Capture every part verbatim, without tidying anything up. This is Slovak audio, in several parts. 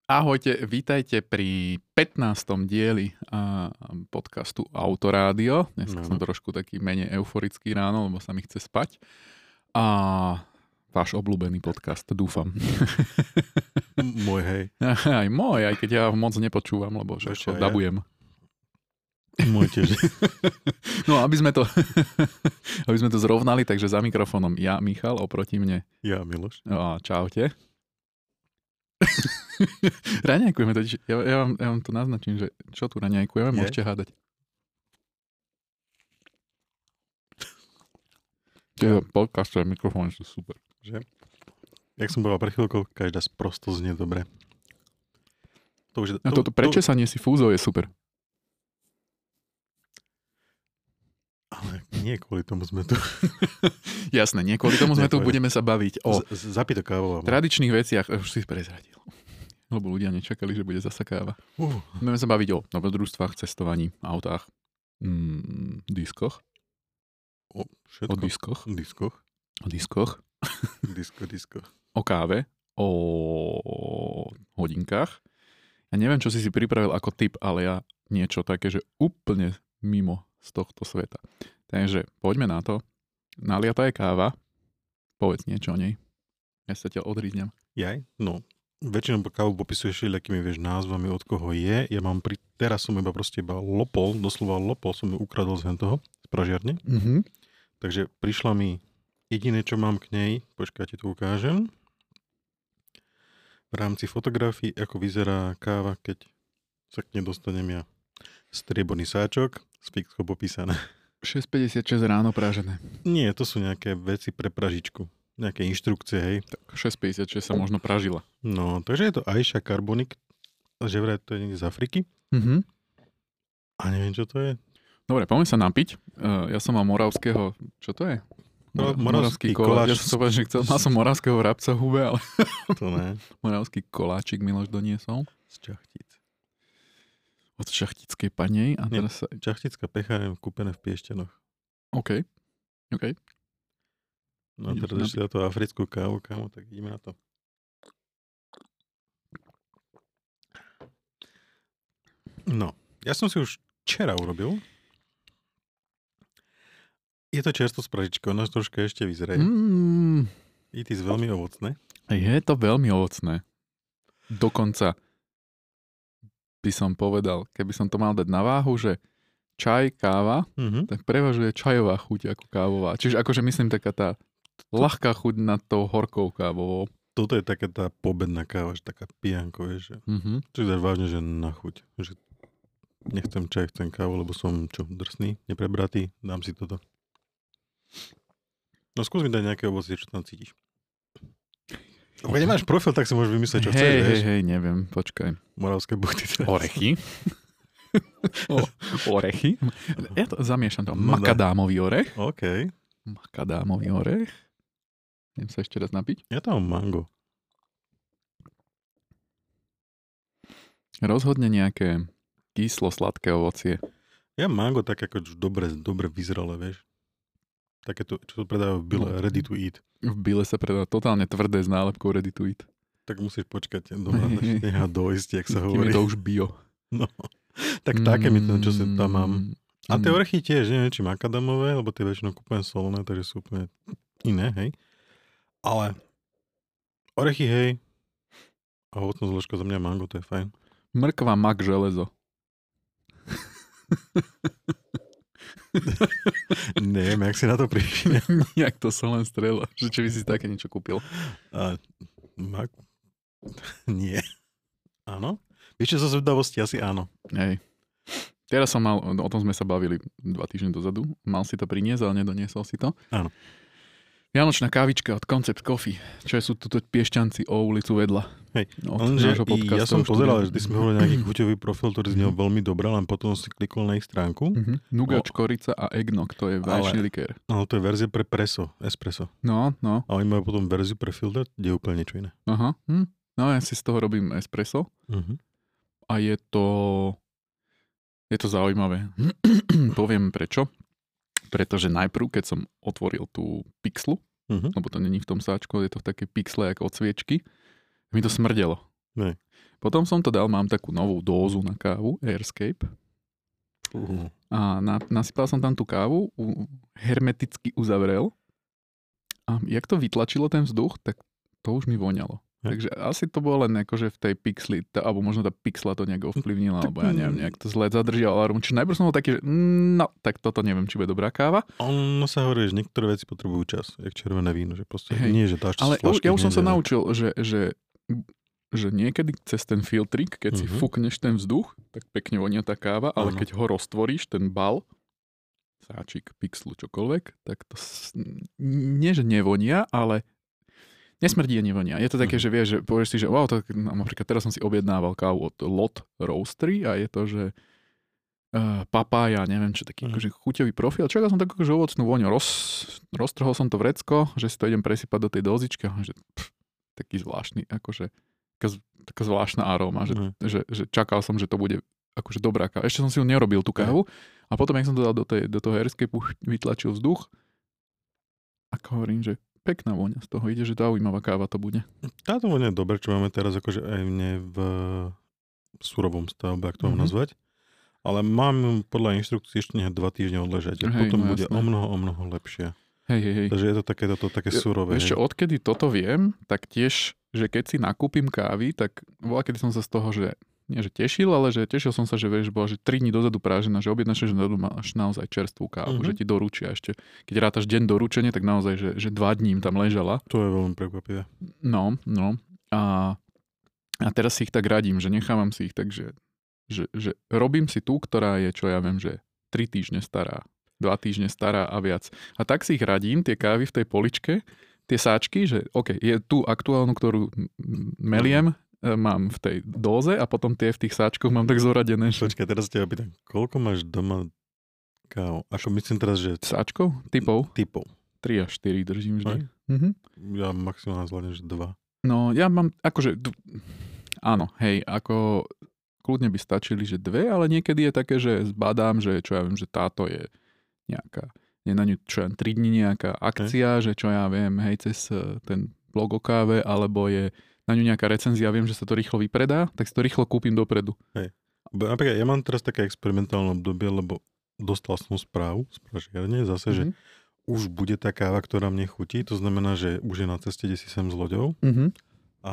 Ahojte, vítajte pri pätnástom dieli a, podcastu Autorádio. Dnes No. som trošku taký menej euforický ráno, lebo sa mi chce spať. A váš obľúbený podcast, dúfam. Môj, hej. Aj môj, aj keď ja ho moc nepočúvam, lebo že Ešte ho aj ja. dabujem. Môj tiež. No, aby sme to, aby sme to zrovnali, takže za mikrofónom ja, Michal, oproti mne. Ja, Miloš. A čaute. Raňajkujeme totiž, ja, ja, vám, ja vám to naznačím, že čo tu raňajkujeme, Je? môžete hádať. Tie podcastové mikrofóny sú super. Že? Jak som povedal pre chvíľkou, každá sprosto znie dobre. To už je, A to, toto prečesanie si fúzov je super. Ale nie kvôli tomu sme tu. Jasné, nie kvôli tomu sme tu, Nepovedz. budeme sa baviť o Z, zapí to kávou. tradičných veciach. Už si prezradil. Lebo ľudia nečakali, že bude zasa káva. Uh, Budeme sa baviť o dobrodružstvách, cestovaní, autách, mm, diskoch. o O všetko. diskoch. Diskoch. O diskoch. Disko, disko. O káve. O hodinkách. Ja neviem, čo si si pripravil ako tip, ale ja niečo také, že úplne mimo z tohto sveta. Takže poďme na to. Naliatá je káva. Povedz niečo o nej. Ja sa ťa odríznem. Jaj? No. Väčšinou kávu popisuješ všelijakými, vieš, názvami, od koho je. Ja mám pri... Teraz som iba proste iba lopol, doslova lopol, som ju ukradol z toho, z pražiarne. Mhm. Takže prišla mi jediné, čo mám k nej, počkaj, ti to ukážem. V rámci fotografií, ako vyzerá káva, keď sa k nej dostanem ja. Strieborný sáčok, s fixkou popísané. šesť päťdesiatšesť ráno pražené. Nie, to sú nejaké veci pre pražičku. Nejaké inštrukcie, hej. Tak šesť päťdesiatšesť sa možno pražila. No, takže je to Aisha Carbonic, že vraj to je niekde z Afriky. Mhm. A neviem, čo to je. Dobre, poďme sa napiť. Uh, ja som mal moravského... Čo to je? Mo- moravský moravský koláč. koláč. Ja som sa povedal, že chcel... Mal som moravského vrabca v hube, ale To ne. moravský koláčik Miloš doniesol. Z Čachtic. Od šachtickej panej. A Nie. teraz sa... Čachtická pechárne kúpené v Piešťanoch. OK. OK. No a Ideš teraz ešte na tú africkú kávu, kámo, tak ideme na to. No, ja som si už včera urobil. Je to čerstvo z pražičky, ono troška ešte vyzerá. Mm. Mm, Je to veľmi ovocné. je to veľmi ovocné. Dokonca by som povedal, keby som to mal dať na váhu, že čaj, káva, Mhm. tak prevažuje čajová chuť ako kávová. Čiže akože myslím taká tá ľahká chuť nad tou horkou kávovou. Toto je taká tá pobedná káva, že taká pijanko, vieš, že Mhm. čo dáš vážne, že na chuť. Že nechcem čaj, chcem kávu, lebo som čo, drsný, neprebratý, dám si toto. No skús mi dať nejaké ovocie, čo tam cítiš. Keď nemáš profil, tak si môžeš vymyslieť, čo hej, chceš, hej, vieš. hej, neviem, počkaj. Moravské buchty. teraz. Orechy. o, orechy. Ja to zamiešam to. No daj. Makadámový orech. OK. Makadámový orech. Idem sa ešte raz napiť. Ja tam mám mango. Rozhodne nejaké kyslo-sladké ovocie. Ja mám mango tak ako už dobre, dobre vyzrelé, vieš. Také to, čo to predávajú v byle, No. ready to eat. V bile sa predá totálne tvrdé s nálepkou ready to eat. Tak musíš počkať doma, než nechá dojsť, jak sa Kým hovorí. je to už bio. No. Tak také mi to, čo si tam mám. Mm, A tie orechy tiež, neviem, či makadamové, lebo tie väčšinou kúpujem solné, takže sú úplne iné, hej. Ale orechy, hej. A ovocná zložka za mňa mango, to je fajn. Mrkva, mak, železo. Neviem, jak si na to prišiel. Jak to som len strelil. Že či by si také niečo kúpil. A, mak... Nie. Áno? Vieš čo, zo zvedavosti asi áno. Hej. Teraz som mal, o tom sme sa bavili dva týždne dozadu. Mal si to priniesť, ale nedoniesol si to. Áno. Vianočná kávička od Concept Coffee. Čo sú tuto Piešťanci o ulicu vedľa. Hej, Od lenže nášho ja som podcastového pozeral, štúdia. že ty si mi hovoril nejaký chuťový profil, ktorý znel veľmi dobré, len potom si klikol na ich stránku. Mhm. Nougat, O. škorica a eggnog. To je Ale- vaječný likér. Ale to je verzia pre preso, espresso. No, no. A oni majú potom verziu pre filter, kde je úplne niečo iné. Aha. Hm. No ja si z toho robím espresso. Uh-huh. A je to... Je to zaujímavé. Poviem prečo. Pretože najprv, keď som otvoril tú pixlu, Uh-huh. lebo to není v tom sáčku, je to v také pixle ako od sviečky, mi to smrdelo. Ne. Potom som to dal, mám takú novú dózu na kávu, Airscape. Uh. A na, nasypal som tam tú kávu, u, hermeticky uzavrel. A jak to vytlačilo ten vzduch, tak to už mi voňalo. Ja. Takže asi to bolo len akože v tej pixli, tá, alebo možno tá pixla to nejak ovplyvnila, Tak, alebo ja neviem, nejak to zle zadržal alarm. Čiže najprv som bol taký, že no, tak toto neviem, či bude dobrá káva. Ono sa hovorí, že niektoré veci potrebujú čas, jak červené víno, že proste Hej. nie, že dáš to Ale z flašky. ja už som sa hneď, naučil, že, že, že niekedy cez ten filtrik, keď uh-huh. si Mhm. fúkneš ten vzduch, tak pekne vonia tá káva, ale Áno. keď ho roztvoríš, ten bal, sáčik, pixlu, čokoľvek, tak to s- nie, že nevonia, ale nesmrdí a nevonia. Je to také, Mhm. že vieš, že povieš si, že wow, tak no, napríklad teraz som si objednával kávu od Lot Roastery a je to, že uh, papája, neviem čo, taký Mhm. akože chuťový profil. Čakal som takú akože ovocnú vôňu. Roz, roztrhol som to vrecko, že si to idem presypať do tej dozičky. a Že, pff, taký zvláštny, akože taká, z- taká zvláštna aróma, že, Mhm. že, že čakal som, že to bude akože dobrá káva. Ešte som si ju nerobil, tú kávu. A potom, jak som to dal do, tej, do toho Airscapeu, vytlačil vzduch. Ako hovorím, že pekná vôňa z toho ide, že zaujímavá káva to bude. Táto vonia je dobré, čo máme teraz akože aj mne v surovom stavbe, ak to mám Mhm. nazvať. Ale mám ju podľa inštrukcií ešte nechať dva týždne odležať. A Hej, potom no bude jasné. o mnoho, o mnoho lepšie. Hej, hej, hej. Takže je to také, toto, také surové. Ešte hej. odkedy toto viem, tak tiež, že keď si nakúpim kávy, tak bola, kedy som sa z toho, že nie, že tešil, ale že tešil som sa, že vieš, bola, že tri dní dozadu prážená, že objednáš, že dozadu máš naozaj čerstvú kávu, Mhm. že ti doručia ešte. Keď rátaš deň doručenie, tak naozaj, že, že dva dní im tam ležala. To je veľmi prekvapivé. No, no. A, a teraz si ich tak radím, že nechávam si ich tak, že, že, že robím si tú, ktorá je, čo ja viem, že tri týždne stará, dva týždne stará a viac. A tak si ich radím, tie kávy v tej poličke, tie sáčky, že OK, je tú aktuálnu, ktorú m- meliem, e, mám v tej dóze a potom tie v tých sáčkoch mám tak zoradené, že Počkaj, teraz ťa opýtam, koľko máš doma káv? Ako myslím teraz, že sáčkov, typov, typov. tri až štyri držím Hej. vždy. Mhm. Ja maximálne zvládnem, že dva. No, ja mám, akože, d- áno, hej, ako kľudne by stačili, že dve, ale niekedy je také, že zbadám, že čo ja viem, že táto je nejaká, je na ňu čo ja viem, tri dni nejaká akcia, že čo ja viem, hej, cez eh, ten blog o káve, alebo je na ňu nejaká recenzia, viem, že sa to rýchlo vypredá, tak si to rýchlo kúpim dopredu. Bo napríklad ja mám teraz také experimentálne obdobie, lebo dostal som správu z pražiarne zase, že Mhm. už bude tá káva, ktorá mne chutí, to znamená, že už je na ceste, kde si sem s loďou Mhm. a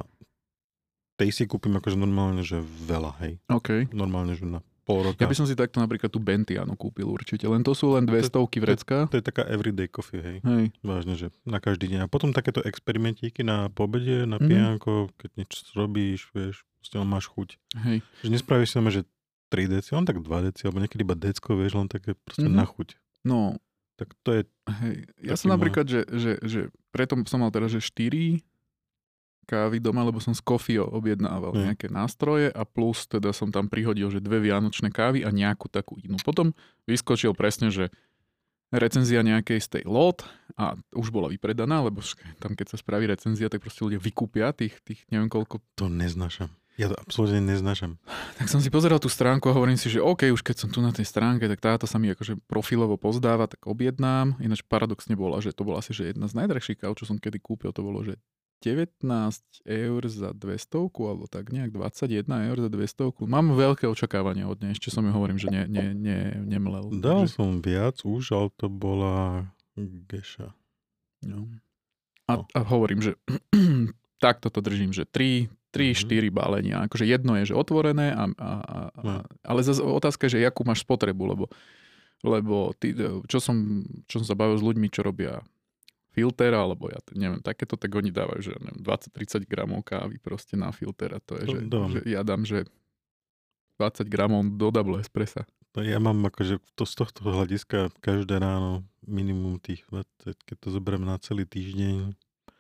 tej si kúpim akože normálne, že veľa, hej. OK. Normálne, že na pol roka. Ja by som si takto napríklad tú Bentianu kúpil určite, len to sú len dve stovky vrecka. To je taká everyday coffee, hej. Hej. Vážne, že na každý deň. A potom takéto experimentíky na pobede, na Mhm. pijanko, keď niečo robíš, vieš, proste len máš chuť. Hej. Že nespravíš si len, že tri deci, len tak dva deci, alebo niekedy iba decko, vieš, len také proste Mhm. na chuť. No, Tak to je, hej. Ja Taký som môj. napríklad, že, že, že preto som mal teraz, že štyri kávy doma, lebo som z Kofio objednával Hej. nejaké nástroje a plus teda som tam prihodil, že dve vianočné kávy a nejakú takú inú. Potom vyskočil presne, že recenzia nejakej z tej lot a už bola vypredaná, lebo však tam keď sa spraví recenzia, tak proste ľudia vykúpia tých, tých neviem koľko. to neznášam. Ja to absolútne neznášam. Tak som si pozeral tú stránku a hovorím si, že OK, už keď som tu na tej stránke, tak táto sa mi akože profilovo pozdáva, tak objednám. Ináč paradoxne bola, že to bola asi že jedna z najdrahších káv, čo som kedy kúpil, to bolo, že devätnásť eur za dvestovku, alebo tak nejak dvadsaťjeden eur za dvestovku. Mám veľké očakávania od nej, ešte som ju hovorím, že ne, ne, ne, nemlel. Dal Takže, som viac už, ale to bola geša. no. a, No. a hovorím, že takto to držím, že tri tri Mhm. štyri balenia. Akože jedno je, že otvorené, a, a, a, a, No. ale zase otázka je, že jakú máš spotrebu, lebo, lebo ty, čo, som, čo som sa bavil s ľuďmi, čo robia filter, alebo ja neviem, takéto, tak oni dávajú, že neviem, dvadsať tridsať gramov kávy proste na filter a to je, To že, dám. že ja dám, že dvadsať gramov do double espressa. To ja mám akože to z tohto hľadiska každé ráno minimum tých dvadsať, keď to zoberiem na celý týždeň,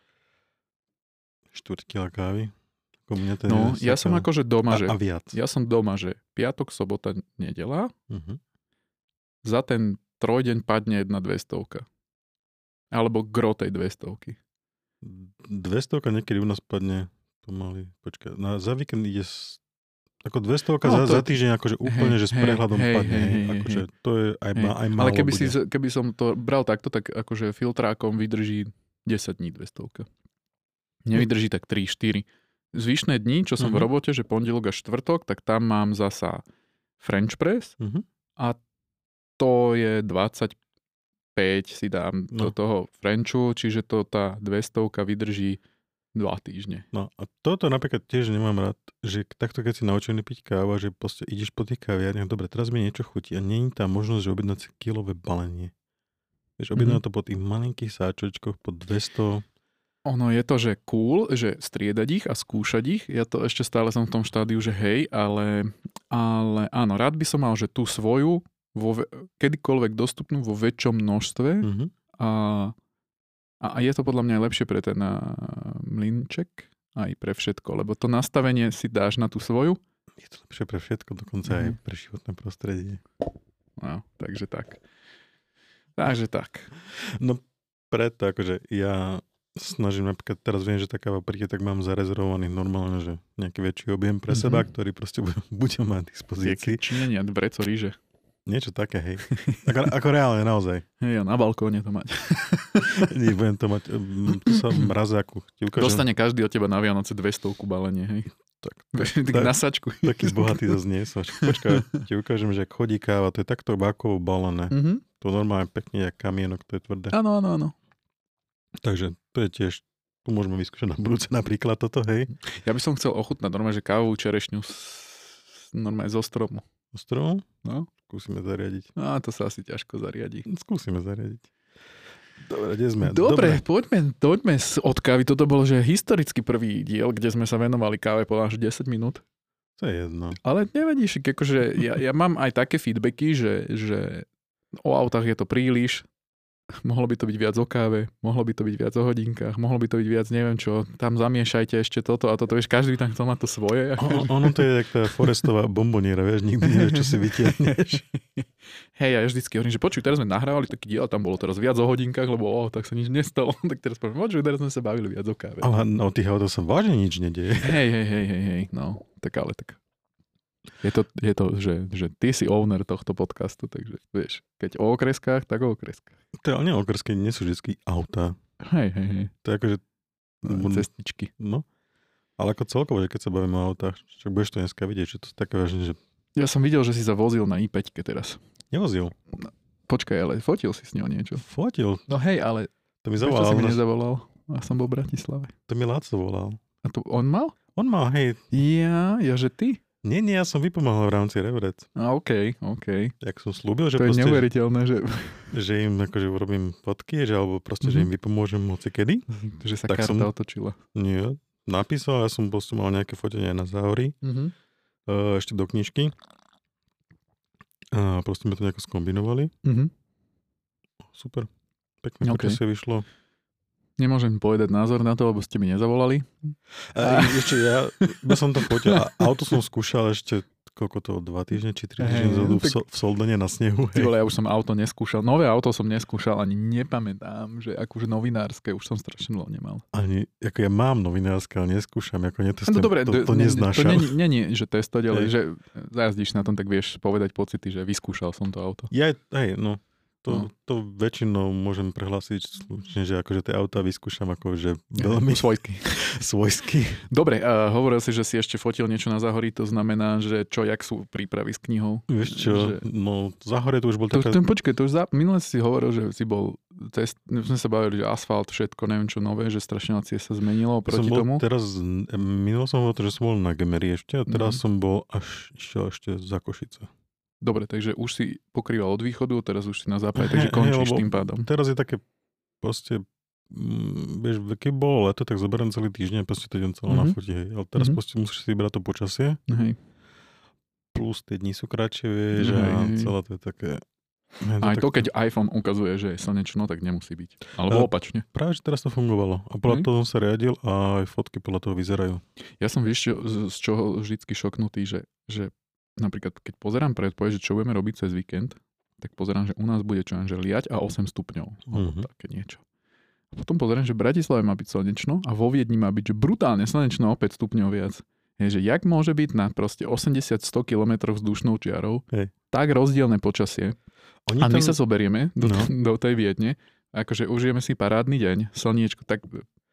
štvrť kila kávy. Ako mňa to No, je ja som taká- akože doma, a, že a viac. ja som doma, že piatok, sobota, nedela, Uh-huh. za ten trojdeň padne jedna dvestovka. Alebo gro tej dvestovky. dvestovka niekedy u nás padne pomaly. Počkaj, na, za víkend ide s, ako dvestovka No, za, to za je- týždeň akože úplne, hej, že s hej, prehľadom hej, padne. hej, Hej, hej, akože hej. to je aj, Hej. ma, aj málo Ale keby, si, bude. keby som to bral takto, tak akože filtrákom vydrží desať dní dvestovka. Nevydrží tak tri štyri. zvyšné dni, čo som uh-huh. v robote, že pondelok a štvrtok, tak tam mám zasa French press uh-huh. a to je dvadsaťpäť si dám no. do toho Frenchu, čiže to tá dvestovka vydrží dva týždne. No a toto napríklad tiež nemám rád, že takto keď si naučený piť kávu, že proste ideš po tých kaviarniach, dobre, teraz mi niečo chutí a nie je tam možnosť, že objednať si kilové balenie. Vieš, objednať mm-hmm. to po tých malinkých sáčočkoch po dvesto. Ono je to, že cool, že striedať ich a skúšať ich. Ja to ešte stále som v tom štádiu, že hej, ale, ale áno, rád by som mal, že tú svoju vo, kedykoľvek dostupnú vo väčšom množstve mm-hmm. a, a je to podľa mňa aj lepšie pre ten mlynček aj pre všetko, lebo to nastavenie si dáš na tú svoju. Je to lepšie pre všetko, dokonca mm-hmm. aj pre životné prostredie. No, takže tak. Takže tak. No preto, akože ja snažím napríklad, teraz viem, že tá káva príde, tak mám zarezervovaný normálne, že nejaký väčší objem pre mm-hmm. seba, ktorý proste budem mať v dispozícii. Čínenia, vreco ríže. Niečo také, hej. Ako, ako reálne, naozaj. Hej, na balkóne to mať. Nie, budem to mať, to sa mrazáku. Dostane každý od teba na Vianoce dvestovku balenie, hej. Tak, tak, tak na sačku. Taký bohatý zase nie som. Počkaj, ti ukážem, že ak chodí káva, to je takto bákovo balené. Mm-hmm. To normálne pekne, jak kamienok, to je tvrdé. Áno, áno, áno. Takže to je tiež, tu môžeme vyskúšať na budúce napríklad toto, hej. Ja by som chcel ochutnať normálne, že kávovú čerešňu z, normálne zo stromu. Zo stromu? No. Skúsime zariadiť. No, to sa asi ťažko zariadi. Skúsime zariadiť. Dobre, kde sme? Dobre, Dobre. poďme, poďme od kávy. Toto bol, že historicky prvý diel, kde sme sa venovali káve po až desať minút. To je jedno. Ale nevedíš, akože ja, ja mám aj také feedbacky, že, že o autách je to príliš, mohlo by to byť viac o káve, mohlo by to byť viac o hodinkách, mohlo by to byť viac neviem čo, tam zamiešajte ešte toto a toto, vieš, každý tam chcel mať to svoje. O, ono to je jak tá forestová bomboniera, vieš, nikdy nevieš, čo si vytiahneš. Hej, ja vždycky hovorím, že počuj, teraz sme nahrávali taký diel, tam bolo teraz viac o hodinkách, lebo o, tak sa nič nestalo, tak teraz poviem, počuj, teraz sme sa bavili viac o káve. Ale no, o tých autách sa vážne nič nedieje. Hej, hej, hej, hej, hej, no, tak ale tak. Je to, je to že, že ty si owner tohto podcastu, takže vieš, keď o okreskách, tak o okreskách. To je ale nie okresky, nie sú vždycky autá. Hej, hej, hej. To je akože... Cestičky. No, ale ako celkovo, že keď sa bavíme o autách, čo budeš to dneska vidieť, že to je také vážne, že... Ja som videl, že si sa vozil na í päť teraz. Nevozil. No, počkaj, ale fotil si s ňou niečo. Fotil? No hej, ale... To mi zavolal. Prečo si mi nezavolal? Ja som bol v Bratislave. To mi Láco volal. A to on mal? On mal, hej. Ja, ja, že ty? Nie, nie, ja som vypomohol v rámci Revrec. A okej, okay, okej. Okay. Jak som slúbil, že to proste... je neuveriteľné, že... Že im akože urobím fotky, že alebo proste, mm-hmm. že im vypomôžem moci kedy. Že sa tak karta som... otočila. Nie, napísal, ja som proste mal nejaké fotenie na záhory. Mm-hmm. Uh, ešte do knižky. A proste sme to nejako skombinovali. Mm-hmm. Super. Pekne okay. Počasie vyšlo. Nemôžem povedať názor na to, lebo ste mi nezavolali. A ešte ja by som to fotil. Auto som skúšal ešte koľko to, dva týždne či tri týždne hey, v, so, v Soldane na snehu. Ty vole, ja už som auto neskúšal. Nové auto som neskúšal, ani nepamätám, že akože novinárske už som strašne dlho nemal. Ani, ako ja mám novinárske, ale neskúšam, ako netestujem. No dobre, to, to neznášam. To nie je, že testovať, ale hey. Že zajazdíš na tom, tak vieš povedať pocity, že vyskúšal som to auto. Ja, hej, no. To, no. to väčšinou môžem prehlásiť slučne, že akože tie autá vyskúšam akože veľmi... Svojsky. Svojsky. Dobre, a hovoril si, že si ešte fotil niečo na Záhorí, to znamená, že čo, jak sú prípravy s knihou? Vieš čo, že... no Záhorie to už bol to, taká... To, počkej, to už za... minule si hovoril, že si bol cest... sme sa bavili, že asfalt, všetko, neviem čo nové, že strašnecie sa zmenilo proti som bol tomu. Teraz, minul som hovoril, že som bol na Gemery ešte a teraz mm. som bol až išiel ešte za Košice. Dobre, takže už si pokrýval od východu, teraz už si na západe, takže končíš tým pádom. Teraz je také proste, mm, vieš, keď bolo leto, tak zoberiem celý týždeň a proste to idem celé mm-hmm. na foti, hej. Ale teraz mm-hmm. proste musíš si vybrať to počasie. Hej. Plus tie dni sú kratšie, vieš, hej. A celé to je také... Ja, to Aj tak... to, keď iPhone ukazuje, že je slnečno, tak nemusí byť. Alebo a opačne. Práve, že teraz to fungovalo. A podľa hej. toho som sa riadil a aj fotky podľa toho vyzerajú. Ja som vieš, z čoho vždycky šoknutý, že, že napríklad, keď pozerám predpoveď, že čo budeme robiť cez víkend, tak pozerám, že u nás bude čo, že liať a osem stupňov. Mm-hmm. Také niečo. A potom pozerám, že v Bratislave má byť slnečno a vo Viedni má byť, že brutálne slnečno o päť stupňov viac. Je, že jak môže byť na proste osemdesiat až sto kilometrov vzdušnou čiarou Hej. tak rozdielne počasie. Oni a my tam... sa zoberieme do, no. do tej Viedne, akože užijeme si parádny deň, slniečko, tak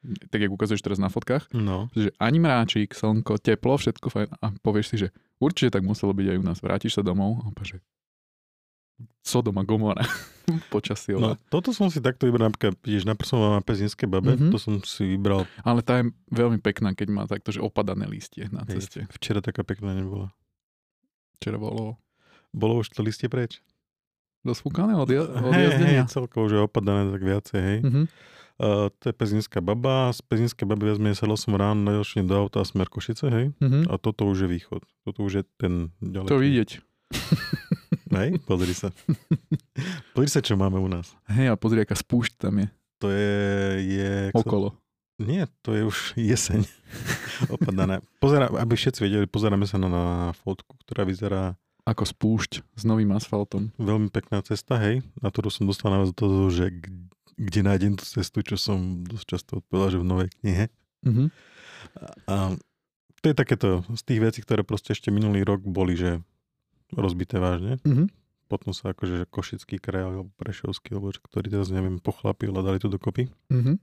tak jak ukazuješ teraz na fotkách, No. že ani mráčik, slnko, teplo, všetko fajn a povieš si, že určite tak muselo byť aj u nás. Vrátiš sa domov a povieš, že Sodoma Gomora počasie. No, toto som si takto vybral, napríklad, vidíš, najprv som mal na Pezinské babe, Mhm. to som si vybral, Ale tá je veľmi pekná, keď má takto, že opadané listie na hej, ceste. včera taká pekná nebola. Včera bolo Bolo už to listie preč? rozfúkané od, ja- od Hej, hej, jazdenia. celkovo, že opadané tak viacej, hej. Mhm. Uh, to je Pezinská baba, z Pezinskej baby viac menej sadol som ráno na ďalšie do auta a smer Košice, hej. Mhm. A toto už je východ. Toto už je ten ďaleký. To vidieť. Hej, pozri sa. Pozri sa, čo máme u nás. Hej, a pozri, aká spúšť tam je. To je... je jak sa- Okolo. Nie, to je už jeseň. Opadané. Pozera, aby všetci vedeli, pozeráme sa na, na fotku, ktorá vyzerá Ako spúšť s novým asfaltom. veľmi pekná cesta, hej, na ktorú som dostal na to, že kde, kde nájdem tú cestu, čo som dosť často odpovedal, že v novej knihe. Mhm. A, a to je takéto z tých vecí, ktoré proste ešte minulý rok boli, že rozbité vážne. Mhm. Potom sa akože že Košický kraj alebo Prešovský, alebo že, ktorý teraz neviem, pochlapil a dali to dokopy. Mhm.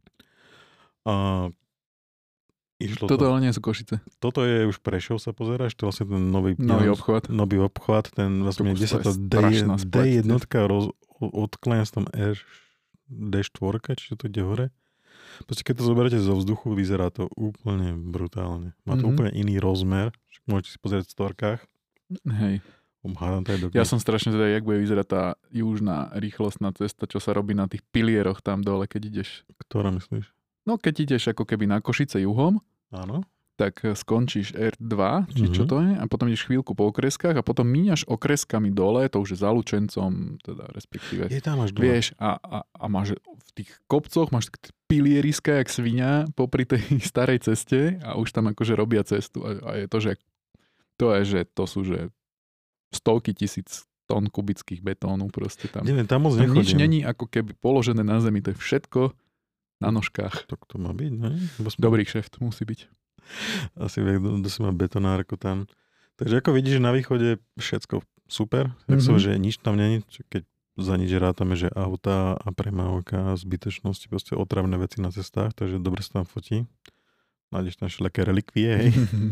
A išlo Toto to. ale nie sú Košice. Toto je už Prešov, sa pozeráš, to je vlastne ten nový, Nový ja, obchod. nový obchod, ten vlastne, To už kde sa to to je D, strašná D spleť. jednotka roz, odkláňa sa tam R, D štyri, čiže to ide hore. Proste keď to zoberáte zo vzduchu, vyzerá to úplne brutálne. Má to Mhm. úplne iný rozmer, však môžete si pozrieť v storkách. Hej. Hádam, to je do Ja som strašne teda, jak bude vyzerať tá južná rýchlostná cesta, čo sa robí na tých pilieroch tam dole, keď ideš. Ktorá myslíš? No keď ideš ako keby na Košice juhom, Áno? tak skončíš er dva, či čo Mhm. to je, a potom ideš chvíľku po okreskách a potom míňaš okreskami dole, to už je za Lučencom, teda respektíve. Je tam až dva. Vieš, a, a, a máš v tých kopcoch, máš tak pilieriska, jak svinia, popri tej starej ceste a už tam akože robia cestu. A, a je to, že to je, že to sú, že stovky tisíc tón kubických betónu proste tam. Neviem, tam moc Tam nič nechodím. není ako keby položené na zemi, to je všetko na nožkách. Tak to má byť, ne? Lebo sme- Dobrý kšeft musí byť. Asi vie, kto si má betonárku tam. Takže ako vidíš, že na východe všetko super. Tak Mhm. som, že nič tam není, čo keď za nič rátame, že auta a premávka, zbytečnosti, proste otravné veci na cestách, takže dobre sa tam fotí. Nájdeš tam všelijaké relikvie, hej.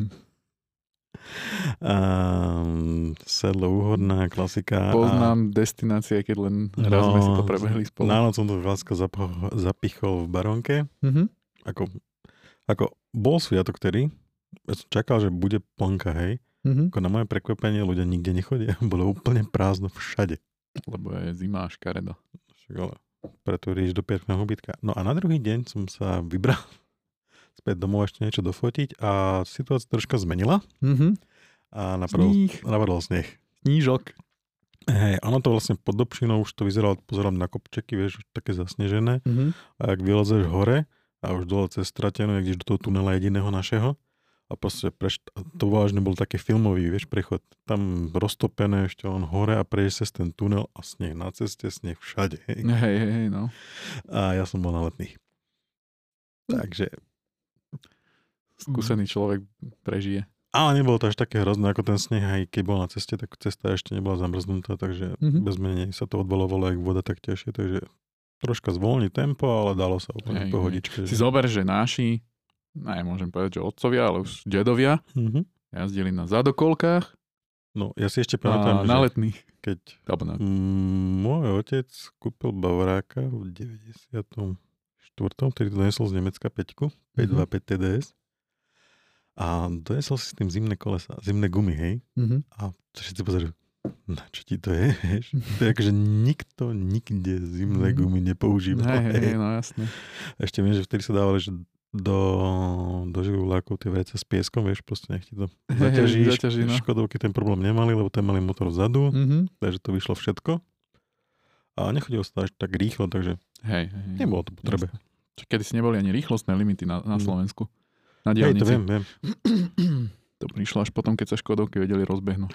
A, sedlo úhodná, klasika. Poznám destinácie, keď len raz sme si to prebehli spolu. Na noc som to láska zapo- zapichol v Baronke. Mhm. Ako, ako bol sviatok, ktorý ja som čakal, že bude plnka, hej. Mhm. Ako na moje prekvapenie ľudia nikde nechodia. Bolo úplne prázdno všade. Lebo je zima a škaredo. Však ale preto rieš do pekného hubitka. No a na druhý deň som sa vybral späť domov ešte niečo dofotiť a situácia troška zmenila Mhm. a napadol, Sníh, napadol sneh. snížok. Hej, ono to vlastne pod Dobšinou už to vyzeralo, pozerám na kopčeky, vieš, už také zasnežené Mhm. a ak vylezeš hore a už dole cez Stratenú, jak ideš do toho tunela jediného našeho a proste preš, a to vážne bol taký filmový, vieš, prechod. Tam roztopené ešte len hore a prejdeš cez ten tunel a sneh na ceste, sneh všade, hej. Hej, hej, hej, no. A ja som bol na letných. Takže Skúsený človek prežije. ale nebolo to až také hrozné ako ten sneh, aj keď bol na ceste, tak cesta ešte nebola zamrznutá, takže Mhm. bez menej sa to odbalovalo, jak voda tak tešie, takže troška zvolní tempo, ale dalo sa úplne Hej, v pohodičke. Si že- zober, že naši, nemôžem povedať, že otcovia, ale už dedovia Mhm. jazdili na zadokolkách No, ja si ešte a pamätám, na že letných. keď Alebo na... mm, môj otec kúpil Bavoráka v deväťdesiatom štvrtom, ktorý to donesol z Nemecka päťku, päť dva päť T D S. A donesol si s tým zimné kolesa, zimné gumy, hej. Mhm. A všetci pozerajú, na čo ti to je, vieš? To je akože nikto nikde zimné Mhm. gumy nepoužíval. Hej, hej, hej. hej, no jasne. Ešte viem, že vtedy sa dávali, že do, do živulákov tie vrecia s pieskom, vieš, proste nech ti to Hej, hej, zaťaží. zaťaží, no. Škodovky ten problém nemali, lebo ten mali motor vzadu, Mhm. takže to vyšlo všetko. A nechodilo sa to až tak rýchlo, takže Hej, hej, hej. nebolo to potrebe. Čo kedy si neboli ani rýchlostné limity na, na Mm. Slovensku. Na Hej, to diaľnici. viem, viem. To prišlo až potom, keď sa Škodovky vedeli rozbehnúť.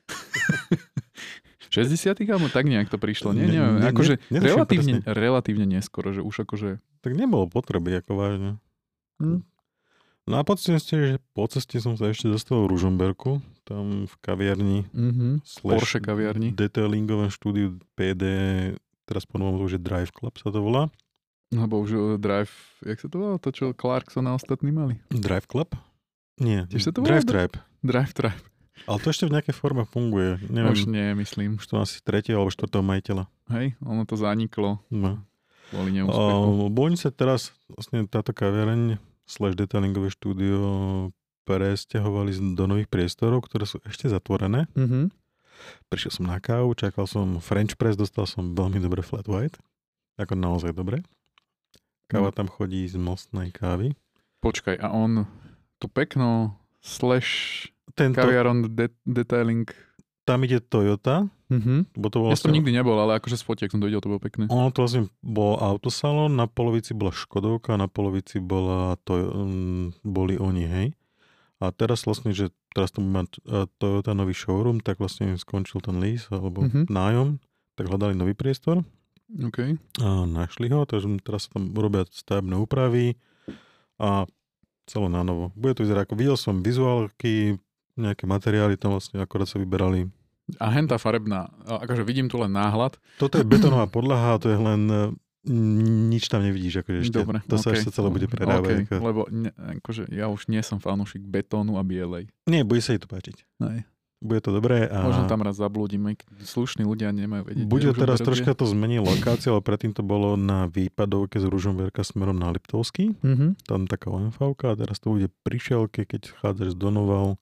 V šesťdesiatych alebo tak nejak to prišlo, nie? Ne- Neviem, ne- akože ne- netuším relatívne, presne. relatívne neskoro, že už akože... Tak nebolo potreby, ako vážne. Hm. No a pocite ste, že po ceste som sa ešte dostal v Ružomberku, tam v kaviarni, Mhm. slash Porsche kaviarni. detailingovom štúdiu pé dé, teraz po novom to už je Drive Club sa to volá. Lebo už uh, Drive, jak sa to volalo? To, čo Clarkson a ostatní mali? Drive Club? Nie, Tiež sa to Drive volá? Tribe. Drive Tribe. Ale to ešte v nejakej forme funguje. Neviem, Už nie, myslím. už to asi tretieho alebo štvrtého majiteľa. Hej, ono to zaniklo. No. Kvôli neúspechu. Uh, bo oni sa teraz, vlastne táto kaviareň slash detailingové štúdio presťahovali do nových priestorov, ktoré sú ešte zatvorené. Mhm. Prišiel som na kávu, čakal som French press, dostal som veľmi dobré flat white. Ako naozaj dobre. Káva tam chodí z mostnej kávy. Počkaj, a on tu pekno slash Tento, kaviaron de- detailing. tam ide Toyota, Mhm. bo to bolo Ja som nikdy nebol, ale akože z fotiek som to videl, to bolo pekné. ono to vlastne bol autosalon, na polovici bola Škodovka, na polovici bola to, um, boli oni, hej. A teraz vlastne, že teraz tu má uh, Toyota nový showroom, tak vlastne skončil ten lease, alebo Mhm. nájom, tak hľadali nový priestor OK. a našli ho, takže teraz sa tam robia stavebné úpravy a celé na novo. Bude to vyzerať ako, videl som vizuálky, nejaké materiály tam vlastne akorát sa vyberali. A hentá farebná, a akože vidím tu len náhľad. Toto je betónová podlaha, to je len mm, nič tam nevidíš, akože ešte. Dobre, to sa okay. ešte celé bude predávať. Okay, Ako... lebo ne, akože ja už nie som fanúšik betónu a bielej. Nie, bude sa jej to páčiť. Nej. Bude to dobré. A... Možno tam raz zablúdime, slušní ľudia nemajú vedieť. Bude že už teraz berú, troška že- to zmení lokácia, ale predtým to bolo na výpadovke z Ružomberka smerom na Liptovský. Mhm. Tam taká ó em vé-ka a teraz to bude pri Šelke, keď chádzaš z Donoval.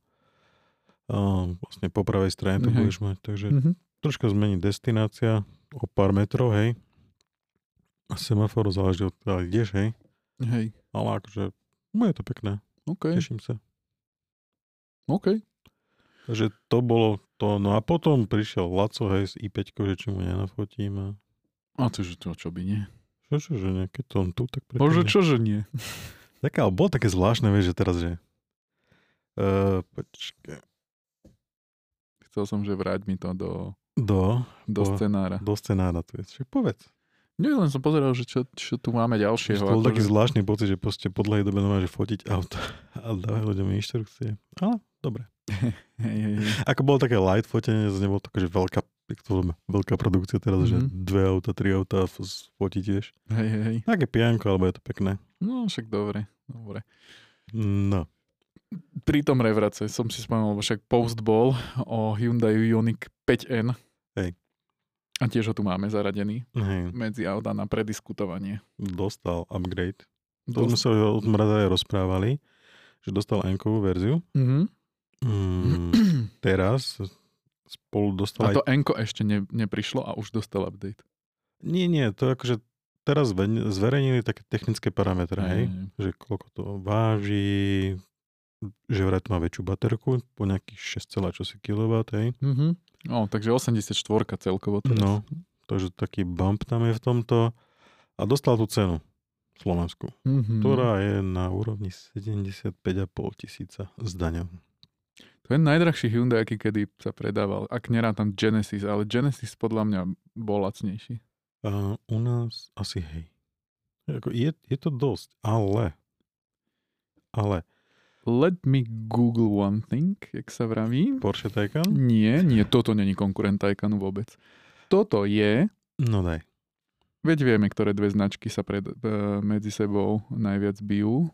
A vlastne po pravej strane to Mhm. budeš mať. Takže Mhm. troška zmení destinácia o pár metrov, hej. A semafor záleží od toho, ideš, hej. Hej, Ale akože bude to pekné. OK, Teším sa. OK. Takže to bolo to. No a potom prišiel Laco, hej, s í päť, že či mu nenafotím. A... A to, že to, čo by nie. Čo, čo, že nie, keď to on tu, tak prečo Bože, nie? čože nie. Také, ale bolo také zvláštne, vieš, že teraz, že... Uh, počkaj. Chcel som, že vráť mi to do, Do, do Po- scenára. do scenára tu je. Však povedz. Nie, len som pozeral, že čo, čo tu máme ďalšieho. To bol akože- taký zvláštny pocit, že proste po dlhej dobe nemáš fotiť auto a dávajú ľuďom inštrukcie. Ale dobre. Hej, hej, hej. Ako bolo také light fotenie, to nebolo také, že veľká, jak to voláme, veľká produkcia teraz, mm-hmm. že Mhm. dve auta, tri auta f- fotiť, vieš. Hej, hej, hej. Také pijanko, alebo je to pekné. No, však dobre, dobre. No. Pri tom revrace som si spomenul, lebo však post bol o Hyundai Ioniq päť en. Hej. A tiež ho tu máme zaradený Hej, medzi auta na prediskutovanie. dostal upgrade. To Dosť. sme sa o tom rada aj rozprávali, že dostal N-kovú verziu. Mhm. Mm, teraz spolu dostal A aj... to Enko ešte ne, neprišlo a už dostal update. Nie, nie, to je akože teraz zve- zverejnili také technické parametre, hej? Hej. Že koľko to váži, že vraj to má väčšiu baterku, po nejakých šesť celá čosi kilowatts, hej? Mhm. No, takže osemdesiatštyri celkovo teraz. No, takže taký bump tam je v tomto. A dostal tú cenu Slovensku, Mhm. ktorá je na úrovni sedemdesiatpäť a pol tisíca s daňou. To je najdrahší Hyundai, aký kedy sa predával. Ak nerátam Genesis, ale Genesis podľa mňa bol lacnejší. A u nás asi hej. Ako je, je to dosť, ale ale Let me Google one thing, jak sa vraví. Porsche Taycan? Nie, nie, toto není konkurent Taycanu vôbec. Toto je, No daj. veď vieme, ktoré dve značky sa pred, e, medzi sebou najviac bijú.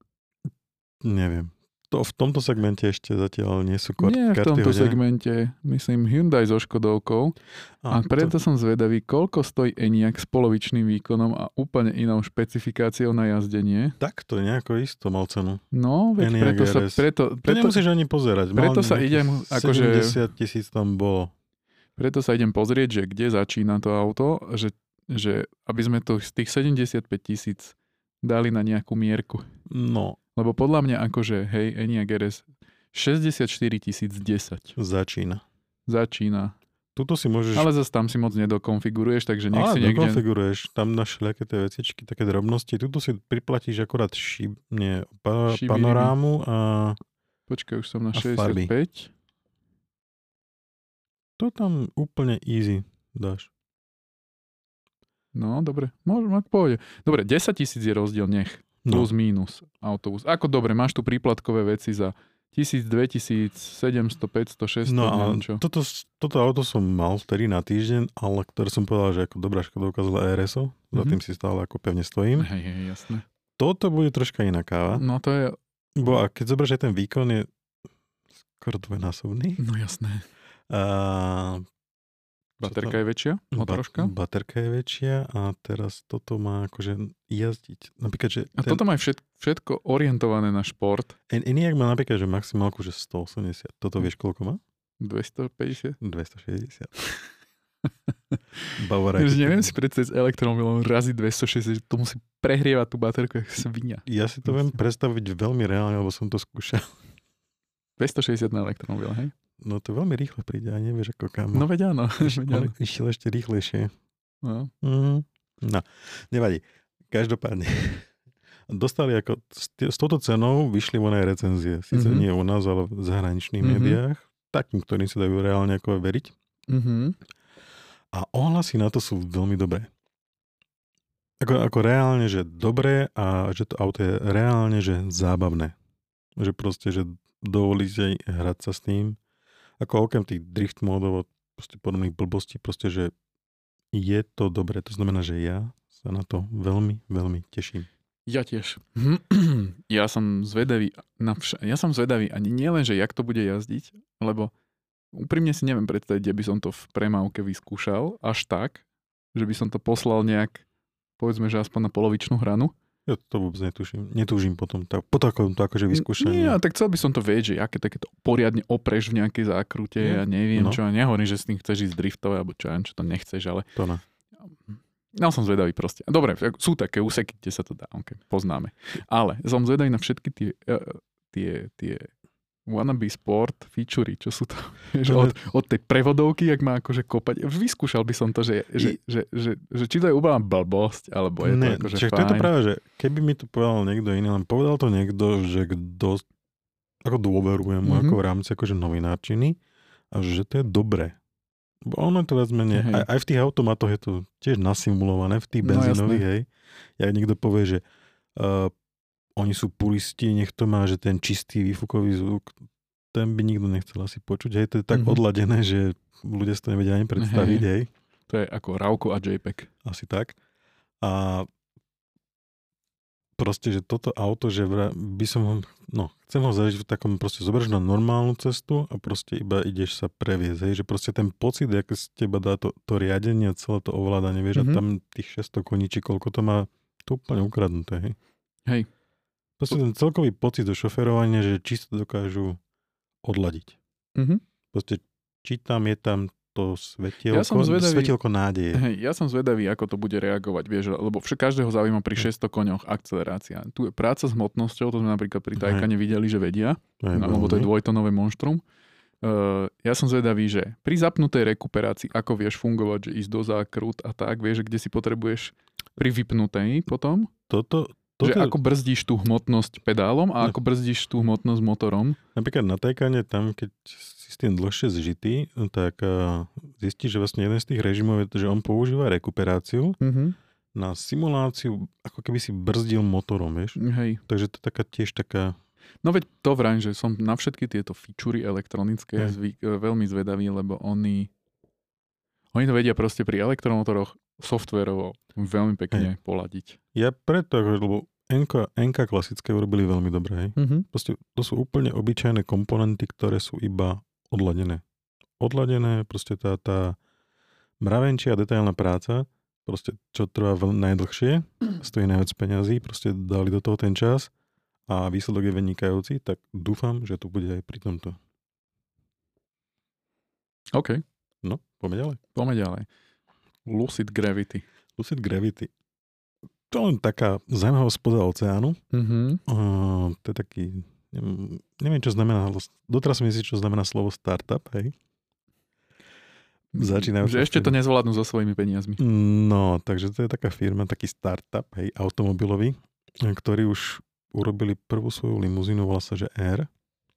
Neviem. To v tomto segmente ešte zatiaľ nie sú kart- Nie v karty tomto hodené. segmente, myslím Hyundai so Škodovkou. A preto som zvedavý, koľko stojí Enyaq s polovičným výkonom a úplne inou špecifikáciou na jazdenie. Tak to nejako isto mal cenu. No, veď Enyaq preto sa, er es. preto, To preto, nemusíš ani pozerať. Mal preto sa nejakých idem, akože- sedemdesiat tisíc tam bolo. preto sa idem pozrieť, že kde začína to auto, že, že aby sme to z tých sedemdesiatpäť tisíc dali na nejakú mierku. No, Lebo podľa mňa akože, hej, Enyaq er es šesťdesiatštyri tisíc desať začína. začína. Tuto si môžeš... Ale zase tam si moc nedokonfiguruješ, takže nech Ale si niekde... dokonfiguruješ. Tam na všelijaké tie vecičky, také drobnosti. Tuto si priplatíš akorát šib, nie, pa, Šibiny. panorámu a Počkaj, už som na A farby. šesťdesiatpäť. to tam úplne easy dáš. No, dobre, môžem, ak pôjde. Dobre, desať tisíc je rozdiel, nech. No, Plus, mínus, autobus. Ako dobre, máš tu príplatkové veci za tisíc, dvetisíc, sedemsto, päťsto, šesťsto, no a neviem čo. toto, toto auto som mal vtedy na týždeň, ale ktoré som povedal, že ako dobrá Škodovka z er es-ov, z za Mhm. tým si stále ako pevne stojím. Hej, hej, jasné. Toto bude troška iná káva. No to je, Bo a keď zoberieš, že ten výkon je skoro dvojnásobný. no jasné. A Baterka je väčšia? O Ba- troška? Baterka je väčšia a teraz toto má akože jazdiť. Napríklad, že A ten, toto má všetko, všetko orientované na šport. en, Eniak má napríklad, že maximálku, že sto osemdesiat. Toto vieš, koľko má? dvestopäťdesiat? dvestošesťdesiat. Bavara. Že neviem si predstaviť s elektromobilom razy dvestošesťdesiat, že to musí prehrievať tú baterku jak svinia. Ja si to viem predstaviť veľmi reálne, lebo som to skúšal. dvestošesťdesiat na elektromobile, hej? No to veľmi rýchle príde a nevieš ako kam. No veď áno. Iš- veď áno. on išiel ešte rýchlejšie. No. Mm. No, nevadí. Každopádne. Dostali ako, s, t- s touto cenou vyšli von aj recenzie. Sice Mhm. nie u nás, ale v zahraničných Mhm. médiách. Takým, ktorým sa dajú reálne ako veriť. Mhm. A ohlasy na to sú veľmi dobré. Ako, ako reálne, že dobré a že to auto je reálne, že zábavné. Že proste, že dovolíte hrať sa s tým. Ako okrem tých drift módov a proste podobných blbostí, proste, že je to dobré. To znamená, že ja sa na to veľmi, veľmi teším. Ja tiež. Ja som zvedavý na vš- ja som zvedavý ani nie len, že jak to bude jazdiť, lebo úprimne si neviem predstaviť, kde by som to v premávke vyskúšal až tak, že by som to poslal nejak, povedzme, že aspoň na polovičnú hranu. Ja to vôbec netuším. Netúžim potom tak, po takom to akože vyskúšanie. Nie, tak chcel by som to vedieť, že aké takéto poriadne opreš v nejakej zákrute, Nie. ja neviem No. čo, ja nehovorím, že s tým chceš ísť driftovať, alebo čo, ja neviem, čo to nechceš, ale To no. ja som zvedavý proste. Dobre, sú také úseky, kde sa to dá, okay, poznáme. Ale som zvedavý na všetky tie, eh, tie, tie wannabe sport featurey, čo sú to, vieš, To od, od tej prevodovky, jak má akože kopať. Vyskúšal by som to, že, že, že, že, že či to je úplná blbosť, alebo je to Ne, akože čiže fajn. to je to práve, že keby mi to povedal niekto iný, len povedal to niekto, že kto ako dôveruje mu Mhm. ako v rámci akože novinárčiny a že to je dobré. Bo ono je to viac menej, Hej. aj, aj v tých automatoch je to tiež nasimulované, v tých No, benzínových, jasné. hej. Jak niekto povie, že uh, oni sú puristi, nech to má, že ten čistý výfukový zvuk, ten by nikto nechcel asi počuť, hej. To je tak Mhm. odladené, že ľudia si to nevedia ani predstaviť, Hej. hej. To je ako Rauko a JPEG. Asi tak. A proste, že toto auto, že vra- by som ho, no, chcem ho zažiť v takom, proste zoberieš na normálnu cestu a proste iba ideš sa previesť, hej, že proste ten pocit, ako z teba dá to, to riadenie, celé to ovládanie, vieš, Mhm. a tam tých šesťsto koní, či koľko to má, to úplne ukradnuté, hej. Hej. Proste ten celkový pocit do šoferovania, že čisto dokážu odladiť. Mhm. Proste, či tam je tam to svetielko, Ja som zvedavý- svetielko nádeje. Hej, ja som zvedavý, ako to bude reagovať, vieš, lebo vš- každého zaujíma pri šesťsto koňoch akcelerácia. Tu je práca s hmotnosťou, to sme napríklad pri Taycane videli, že vedia, To je no, lebo to je veľmi. dvojtonové monštrum. Uh, ja som zvedavý, že pri zapnutej rekuperácii, ako vieš fungovať, že ísť do zákrut a tak, vieš, že kde si potrebuješ pri vypnutej potom, Toto, že toto, ako brzdíš tú hmotnosť pedálom a No. ako brzdíš tú hmotnosť motorom. Napríklad na Taycane, tam keď si s tým dlhšie zžitý, tak uh, zistíš, že vlastne jeden z tých režimov je, že on používa rekuperáciu Mhm. na simuláciu, ako keby si brzdil motorom, vieš. Hej. Takže to je taká tiež taká... No veď to vrajím, že som na všetky tieto featurey elektronické Hej. zvyk, veľmi zvedavý, lebo oni oni to vedia proste pri elektromotoroch softvérovo veľmi pekne poladiť. Ja preto, ako, lebo en ká, en ká klasické urobili veľmi dobre, hej. Mhm. Proste to sú úplne obyčajné komponenty, ktoré sú iba odladené. Odladené, proste tá, tá mravenčia detailná práca, proste čo trvá veľ, najdlhšie, stojí najviac peňazí, proste dali do toho ten čas a výsledok je vynikajúci, tak dúfam, že to bude aj pri tomto. OK, No, poďme ďalej. poďme ďalej. Lucid Gravity. Lucid Gravity. To je len taká zaujímavá spoza oceánu. Mhm. Uh, to je taký, neviem, neviem čo znamená, doteraz som myslí, čo znamená slovo startup, hej? Začínajú Že ešte to nezvládnu so svojimi peniazmi. No, takže to je taká firma, taký startup, hej, automobilový, ktorý už urobili prvú svoju limuzínu, volá sa, že Air.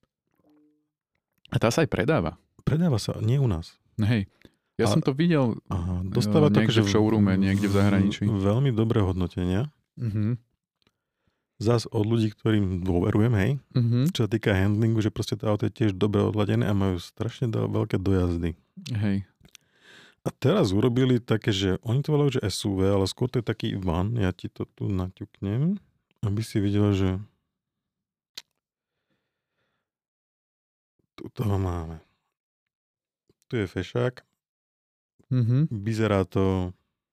A tá sa aj predáva. Predáva sa, nie u nás. Hej. Ja Ale- som to videl Aha, dostáva to niekde akože v showroome, niekde v zahraničí. Veľmi dobré hodnotenia. Mhm. Zas od ľudí, ktorým dôverujem, hej, Mhm. čo sa týka handlingu, že proste to auto je tiež dobre odladené a majú strašne do, veľké dojazdy. Hej. A teraz urobili také, že oni to volajú, že es ú vé, ale skôr to je taký van. Ja ti to tu naťuknem, aby si videl, že tu toho máme. Tu je fešák. Mm-hmm. Vyzerá to...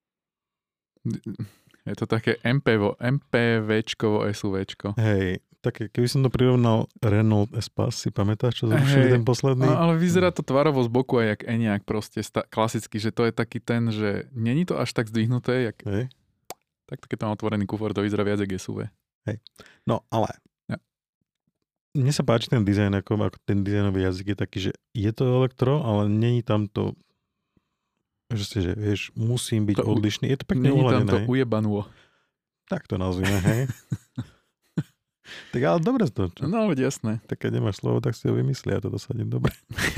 Je to také MPVčkovo SUVčko. Hej, také, keby som to prirovnal Renault Espace, si pamätáš, čo zrušili ten posledný? No, ale vyzerá to tvarovo z boku aj jak Enyaq proste, sta- klasicky, že to je taký ten, že není to až tak zdvihnuté, jak... Hej. Tak keď tam otvorený kufor, to vyzerá viac jak es ú vé. Hej, no ale... Ja. Mne sa páči ten dizajn, ako, ako ten dizajnový jazyk je taký, že je to elektro, ale není tam to, že si, že vieš, musím byť to odlišný. Je to pekne není uhladené. tam to ujebanuo. Tak to nazvime, hej. Tak ale dobre to. Čo? No, veď jasné. Tak keď nemáš slovo, tak si ho vymyslí a to dosadím dobre.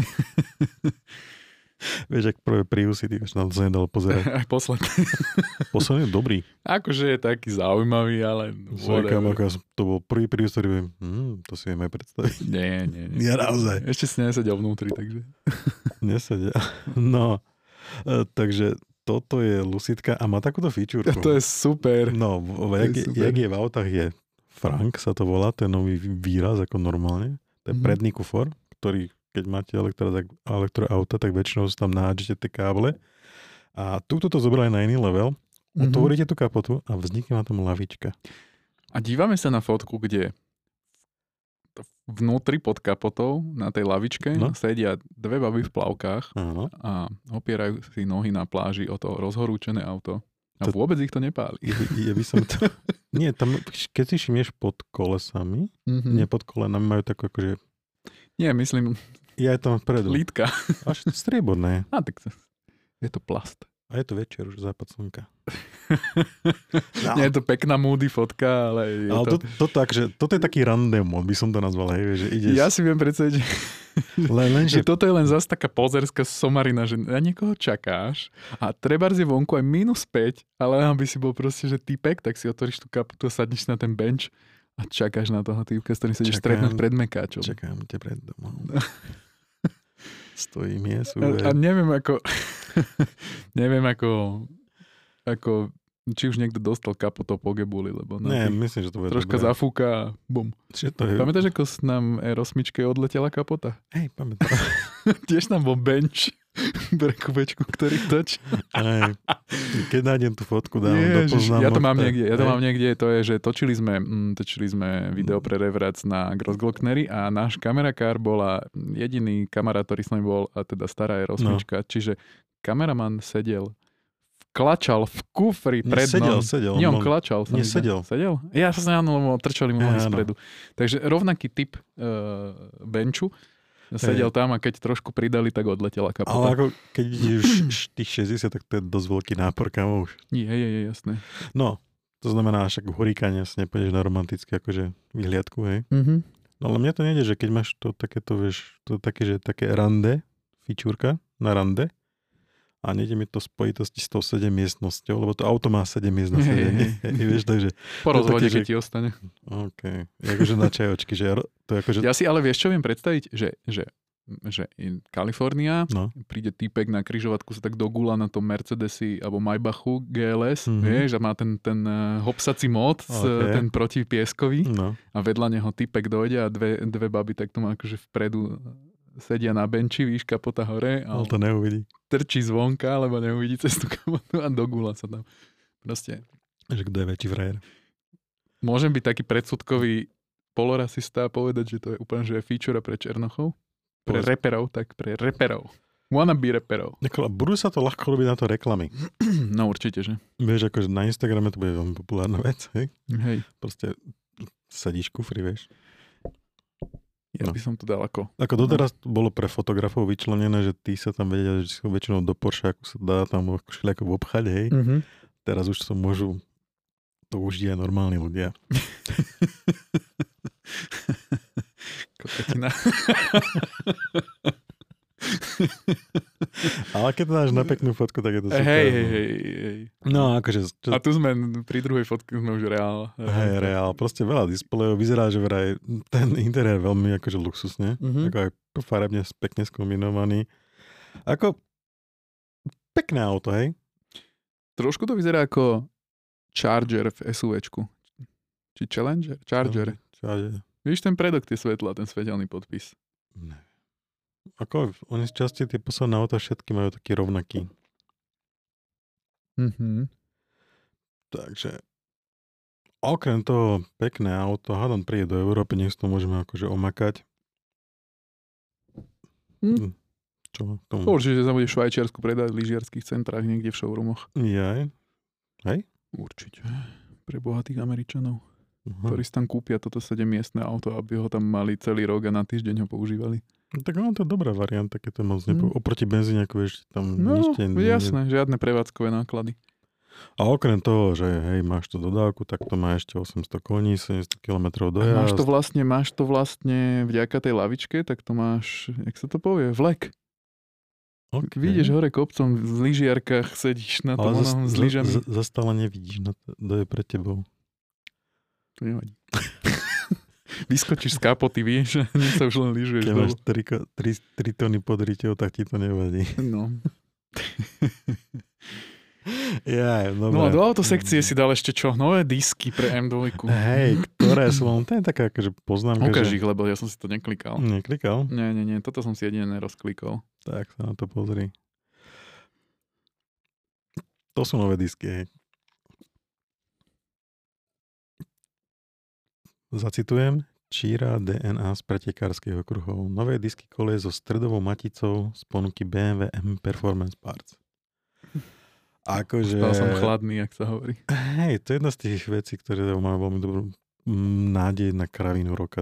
Vieš, ak prvé Priusy, ty už na to sa nedal pozerať. Aj posledný. Posledný je dobrý. Akože je taký zaujímavý, ale... Zajkám, ako ja som, to bol prvý Prius, ktorý viem, hm, to si viem aj predstaviť. Nie, nie, nie. Ja naozaj. Ešte si nesedel vnútri, takže... Nesedia. No, e, takže toto je Lucidka a má takúto featurku. To je super. No, v, jak, je, jak je v autách je Frank, sa to volá, to je nový výraz ako normálne. To je mm-hmm. predný kufor, ktorý, keď máte elektro, tak, elektroauta, tak väčšinou tam nahádžete tie káble. A tu to zobrali na iný level. Mm-hmm. Otvoríte tú kapotu a vznikne na tom lavička. A dívame sa na fotku, kde vnútri pod kapotou na tej lavičke no. sedia dve baby v plavkách Áno. a opierajú si nohy na pláži o to rozhorúčené auto. A to... vôbec ich to nepáli. Je, je by som to... Nie, tam, keď si všimneš pod kolesami, mm-hmm. nie pod kolenami, majú takú akože... Nie, myslím... Ja je tam vpredu. Lítka. Až strieborné. A tak to... Je to plast. A je to večer, už západ slnka. No. Nie je to pekná moody fotka, ale je ale to... to, to tak, že toto je taký random mod, by som to nazval, hej, že ideš... Ja si viem predstaviť, že, len, len, že... že toto je len zase taká pozerská somarina, že na niekoho čakáš a trebárs je vonku aj minus päť, ale aby si bol proste, že typek, tak si otvoríš tú kaputu a sadneš na ten bench a čakáš na toho typka, s ktorým sa ideš stretnúť pred mekáčom. Čakám te pred domov. Stojím je, sú... A, a neviem ako... neviem ako... ako či už niekto dostal kapotou po gebuli, lebo... Nie, myslím, že to bude troška dobré. zafúka a bum. To je... Pamätáš, ako s nám er osem odletela kapota? Hej, pamätám. Tiež tam bol bench pre kubečku, ktorý točí. Aj, keď nájdem tú fotku, dám Ježiš, do poznámok. Ja to mám niekde, ja to mám niekde, to je, že točili sme, mm, točili sme video pre Revrac na Grossglockneri a náš kamerakár bola jediný kamarát, ktorý s nami bol, a teda stará er osem, no. Čiže kameraman sedel klačal v kufri pred sedel, sedel. Nie, on klačal. Nie, sedel. Sedel? Ja sa sa lebo trčali mu nohy spredu. Takže rovnaký typ uh, benču. Sedel tam a keď trošku pridali, tak odletela kapota. Ale ako keď ideš tých šesťdesiat, tak to je dosť veľký nápor, kamo už. Je, je, je, jasné. No, to znamená, však v hurikáne si nepôjdeš na romantické akože vyhliadku, hej. Mm-hmm. No ale mňa to nejde, že keď máš to takéto, vieš, to také, že také rande, fičúrka na rande, a nejde mi to spojitosti s tou sedem miestnosťou, lebo to auto má sedem miest na sedenie. Vieš, takže... Po rozvode, keď že... ti ostane. OK. Akože na čajočky. Že ja, to je akože... ja si ale vieš, čo viem predstaviť? Že, že, že Kalifornia, no. príde týpek na križovatku, sa tak dogula na tom Mercedesi alebo Maybachu gé el es, mm-hmm. vieš, a má ten, ten hopsací mód, okay. ten protipieskový. No. A vedľa neho týpek dojde a dve, dve baby tak to má akože vpredu sedia na benči, víš, kapota hore. Ale to neuvidí. Trčí zvonka, lebo neuvidí cez tú kapotu a dogula sa tam. Proste. Že kto je väčší frajer. Môžem byť taký predsudkový polorasista a povedať, že to je úplne, že je feature pre Černochov? Pre Povedz. reperov, tak pre reperov. Wannabe reperov. Nikola, budú sa to ľahko robiť na to reklamy. No určite, že? Vieš, akože na Instagrame to bude veľmi populárna vec, hej? Hej. Proste sadíš kufri, vieš. Ja no. by som to dal ako... Ako doteraz no. bolo pre fotografov vyčlenené, že tí sa tam vedia, že sú väčšinou do Porsche, ako sa dá tam všelijako v obchade, hej. Mm-hmm. Teraz už to môžu, to už je normálni ľudia. Kokatina. Ale keď to dáš na peknú fotku, tak je to super. Hej, hej, hej, hej. No, akože... Čo... A tu sme, pri druhej fotke sme už reál. Hej, reál. Proste veľa displejov. Vyzerá, že vraj ten interiér veľmi akože luxusne. Mm-hmm. Ako aj farebne pekne skombinovaný. Ako Pekné auto, hej? Trošku to vyzerá ako Charger v SUVčku. Či Challenger? Charger. Charger. Víš ten predok, tie svetla, ten svetelný podpis. Ne. Ako, oni z časti tie posledné auta všetky majú taký rovnaký. Mhm. Takže okrem toho pekné auto, hádam príde do Európy, nech to môžeme akože omakať. Hm. Čo? Tomu? Určite sa bude v Švajčiarsku predať v lyžiarských centrách, niekde v showroomoch. Jaj. Hej? Určite. Pre bohatých Američanov, Aha. ktorí si tam kúpia toto sedemmiestne auto, aby ho tam mali celý rok a na týždeň ho používali. Tak ono to je dobrá varianta, keď to moc nepo... Hm. Oproti benzíňaku vieš, tam No, nič te... jasné, žiadne prevádzkové náklady. A okrem toho, že hej, máš to dodávku, tak to má ešte osemsto koní, sedemsto kilometrov A dojazd. máš to vlastne, máš to vlastne vďaka tej lavičke, tak to máš, jak sa to povie, vlek. Okay. Vidíš hore kopcom v lyžiarkách, sedíš na tom Ale onom zas, s lyžami. zas, zas stále nevidíš, no to, to je pre tebou. To nevadí. Vyskočíš z kapoty, vieš, že sa už len lyžuješ Keď dolu. máš tri tony pod riteľ, tak ti to nevadí. No. Jaj, dobre. No a do autosekcie si dal ešte čo? Nové disky pre em dva. Hej, ktoré sú len, to je taká akože poznámka, Ukáž že... ich, lebo ja som si to neklikal. Neklikal? Nie, nie, nie, toto som si jedine nerozklikol. Tak sa na to pozri. To sú nové disky, hej. Zacitujem. Číra dé en á z pretekárskych okruhov. Nové disky koleje so stredovou maticou z ponuky bé em vé M Performance Parts. Akože... Stal som chladný, jak sa hovorí. Hej, to je jedna z tých vecí, ktoré majú veľmi dobrú nádej na kravínu roka.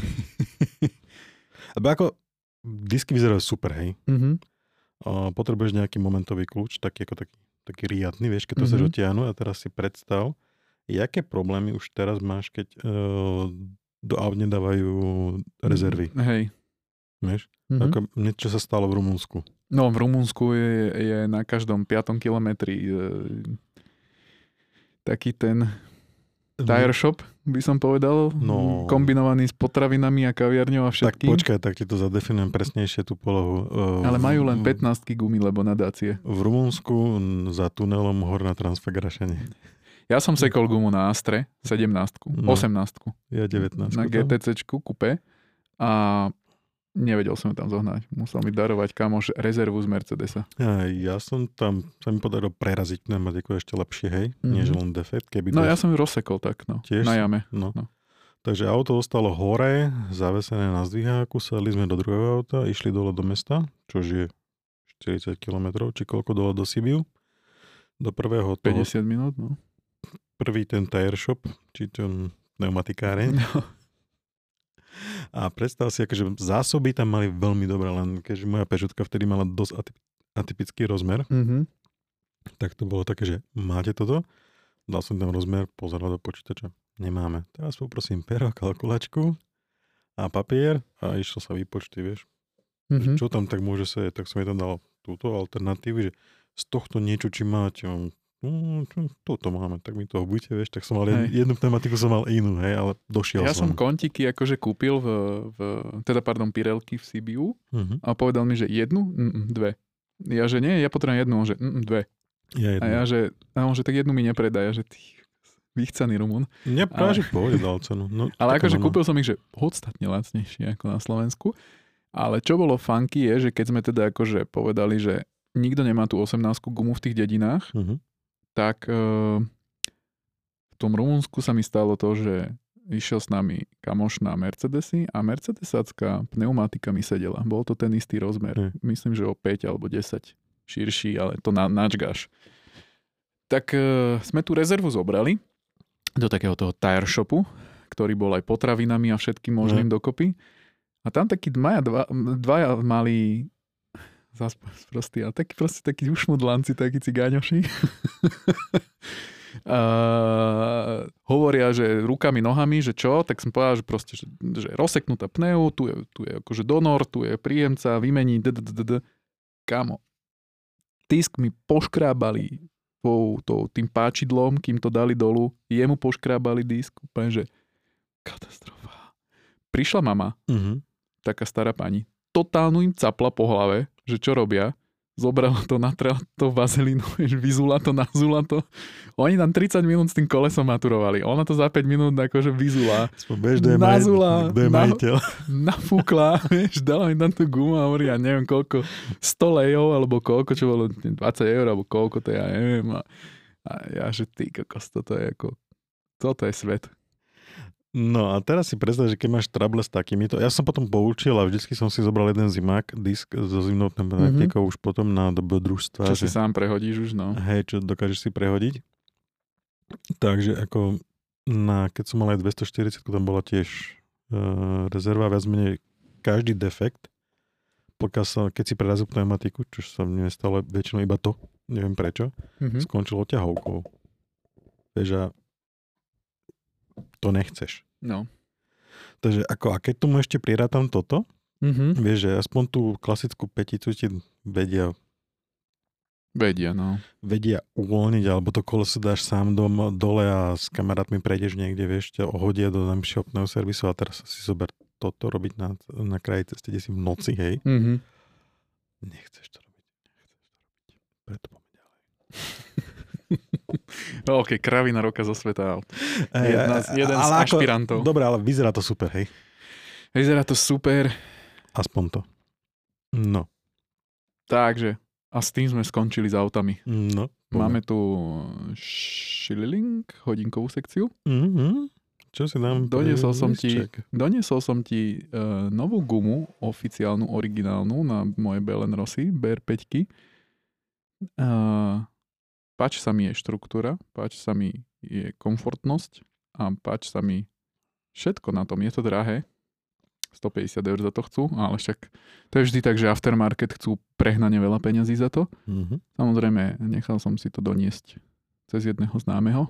Lebo ako disky vyzerajú super, hej. Mm-hmm. O, potrebuješ nejaký momentový kľúč, taký ako taký, taký riadny, vieš, keď to Mm-hmm. chceš otiahnuť a teraz si predstav, jaké problémy už teraz máš, keď uh, do aut nedávajú rezervy. Hej. Vieš? Mm-hmm. Ako niečo sa stalo v Rumunsku. No v Rumunsku je, je na každom piatom kilometri e, taký ten tire shop, by som povedal, No. kombinovaný s potravinami a kaviarňou a Tak všetkým. počkaj, tak ti to zadefinujem presnejšie tú polohu. Uh, Ale majú len pätnástky gumy, lebo nadácie. V Rumunsku m, za tunelom Horná Transfegrašenie. Ja som sekol gumu na Astre, sedemnástku, No. osemnástku, Ja devätnásť. na gé té céčku kupe a nevedel som ju tam zohnať. Musel mi darovať kamoš rezervu z Mercedesa. Ja, ja som tam, sa mi podarilo preraziť pneumatiku ešte lepšie, hej, Mhm. nie že len defekt. Keby No to... ja som ju rozsekol tak, no, Tiež na si- jame. No. No. Takže auto ostalo hore, zavesené na zdviháku, sadli sme do druhého auta, išli dole do mesta, čo je štyridsať kilometrov, či koľko dole do Sibiu. Do prvého toho, päťdesiat minút, no. prvý ten tire shop, či ten pneumatikáreň. no. A predstav si, akože zásoby tam mali veľmi dobré, len keďže moja Peugeotka vtedy mala dosť atyp- atypický rozmer, Mhm. tak to bolo také, že máte toto? Dal som ten rozmer, pozeral do počítača. Nemáme. Teraz poprosím pero, kalkulačku a papier a išlo sa výpočty, vieš. Mhm. Čo tam tak môže sa, tak som jej tam dal túto alternatívu, že z tohto niečo, či máte, on, no, čo, toto máme, tak mi toho buďte, vieš, tak som mal jed, Hej. jednu pneumatiku som mal inú, hej, ale došiel Ja som som. kontiky akože kúpil v, v teda pardon, Pirelky v Sibiu Uh-huh. a povedal mi, že jednu, mm, dve. Ja, že nie, ja potrebujem jednu, on, že mm, dve. Ja A jednu. ja, že, a on, že tak jednu mi nepredá, ja, že ty vychcaný Rumun. Mňa práve, že pohode dal cenu. No, Ale taká akože mama. kúpil som ich, že podstatne lacnejšie ako na Slovensku. Ale čo bolo funky je, že keď sme teda akože povedali, že nikto nemá tú osemnástku gumu v tých dedinách, Uh-huh. tak e, v tom Rumunsku sa mi stalo to, že išiel s nami kamoš na Mercedesy a Mercedesácká pneumatika mi sedela. Bol to ten istý rozmer. Hm. Myslím, že o päť alebo desať širší, ale to na, načgáš. Tak e, sme tú rezervu zobrali do takého toho tire shopu, ktorý bol aj potravinami a všetkým možným Hm. dokopy. A tam takí dvaja, dva, dvaja mali zas prostý, ale takí proste takí ušmudlanci, takí cigáňoši. a hovoria, že rukami, nohami, že čo, tak som povedal, že proste, že, že rozseknutá pneu, tu je, tu je akože donor, tu je príjemca, vymení, d, d, d, d. Kámo, disk mi poškrábali tou, tou, tým páčidlom, kým to dali dolu, jemu poškrábali disk, úplne, že katastrofa. Prišla mama, Uh-huh. taká stará pani, totálnu im capla po hlave, že čo robia, zobrala to, natrela to vazelínu, vyzula to, nazula to. Oni tam tridsať minút s tým kolesom maturovali. Ona to za päť minút akože vyzula. Vieš, kto je, nazula, kto je majiteľ. Na, nafúkla, vieš, dala mi tam tú gumu a hovorí, ja neviem koľko, sto lejov, alebo koľko, čo bolo, dvadsať eur, alebo koľko to ja neviem. A, a ja, že ty kokos, toto je ako, toto je svet. No a teraz si predstav, že keď máš trable s takýmito, ja som potom poučil a vždycky som si zobral jeden zimák, disk so zimnou pneumatikou mm-hmm. už potom na dobrodružstva. Čo že, si sám prehodíš už, no. Hej, čo dokážeš si prehodiť. Takže ako na, keď som mal aj dvestoštyridsať, tam bola tiež uh, rezerva, viac menej každý defekt, pokiaľ sa, keď si prerazil pneumatiku, čo sa mne stalo väčšinou iba to, neviem prečo, mm-hmm. skončilo ťahovkou. Vieš, a to nechceš. No. Takže ako, a keď tomu ešte prirátam toto, mm-hmm. vieš, že aspoň tú klasickú peticu ti vedia vedia, no. Vedia uvoľniť, alebo to koleso dáš sám dom, dole a s kamarátmi prejdeš niekde, vieš, ťa ohodia do najbližšieho pneuservisu a teraz si zober toto robiť na, na kraji ceste, kde si v noci, hej. Mm-hmm. Nechceš to robiť. Nechceš to robiť. Preto poďme ďalej. OK, kravina roka zo sveta. Jedna, jeden z ašpirantov. Dobre, ale vyzerá to super, hej. Vyzerá to super. Aspoň to. No. Takže, a s tým sme skončili s autami. No. Máme tu Schilling, hodinkovú sekciu. Mhm. Čo si dám? Doniesol som ti, doniesol som ti uh, novú gumu, oficiálnu, originálnu na moje Belen Rossi, bé er päť. Uh, páči sa mi jej štruktúra, páči sa mi jej komfortnosť a páči sa mi všetko na tom. Je to drahé, stopäťdesiat eur za to chcú, ale však to je vždy tak, že aftermarket chcú prehnane veľa peňazí za to. Mm-hmm. Samozrejme, nechal som si to doniesť cez jedného známeho.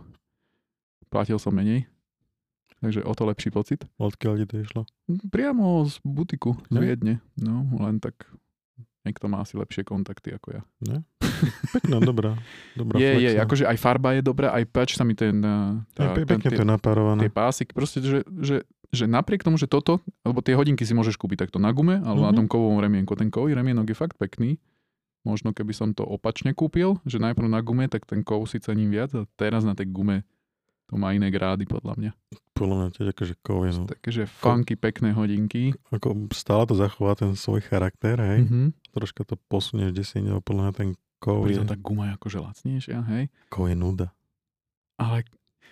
Platil som menej. Takže o to lepší pocit. Odkiaľ ti to išlo? Priamo z butiku, z Viedne. No, len tak niekto má asi lepšie kontakty ako ja. Ne? Pekná, dobrá. dobrá je, flexa. je, akože aj farba je dobrá, aj páči sa mi ten... Tá, je pekne to je napárované. Tie pásiky, proste, že, že, že napriek tomu, že toto, alebo tie hodinky si môžeš kúpiť takto na gume, alebo mm-hmm. na tom kovovom remienku. Ten kový remienok je fakt pekný. Možno keby som to opačne kúpil, že najprv na gume, tak ten kov si cením viac a teraz na tej gume to má iné grády, podľa mňa. Podľa mňa tiež akože kov je... No. Takže funky, pekné hodinky. Ako stále to zachová ten svoj charakter, hej. Mm-hmm. Troška to posunieš, kde si ide, podľa mňa ten kov je... Pritom tá guma je akože lacnejšia, hej. Kov je nuda. Ale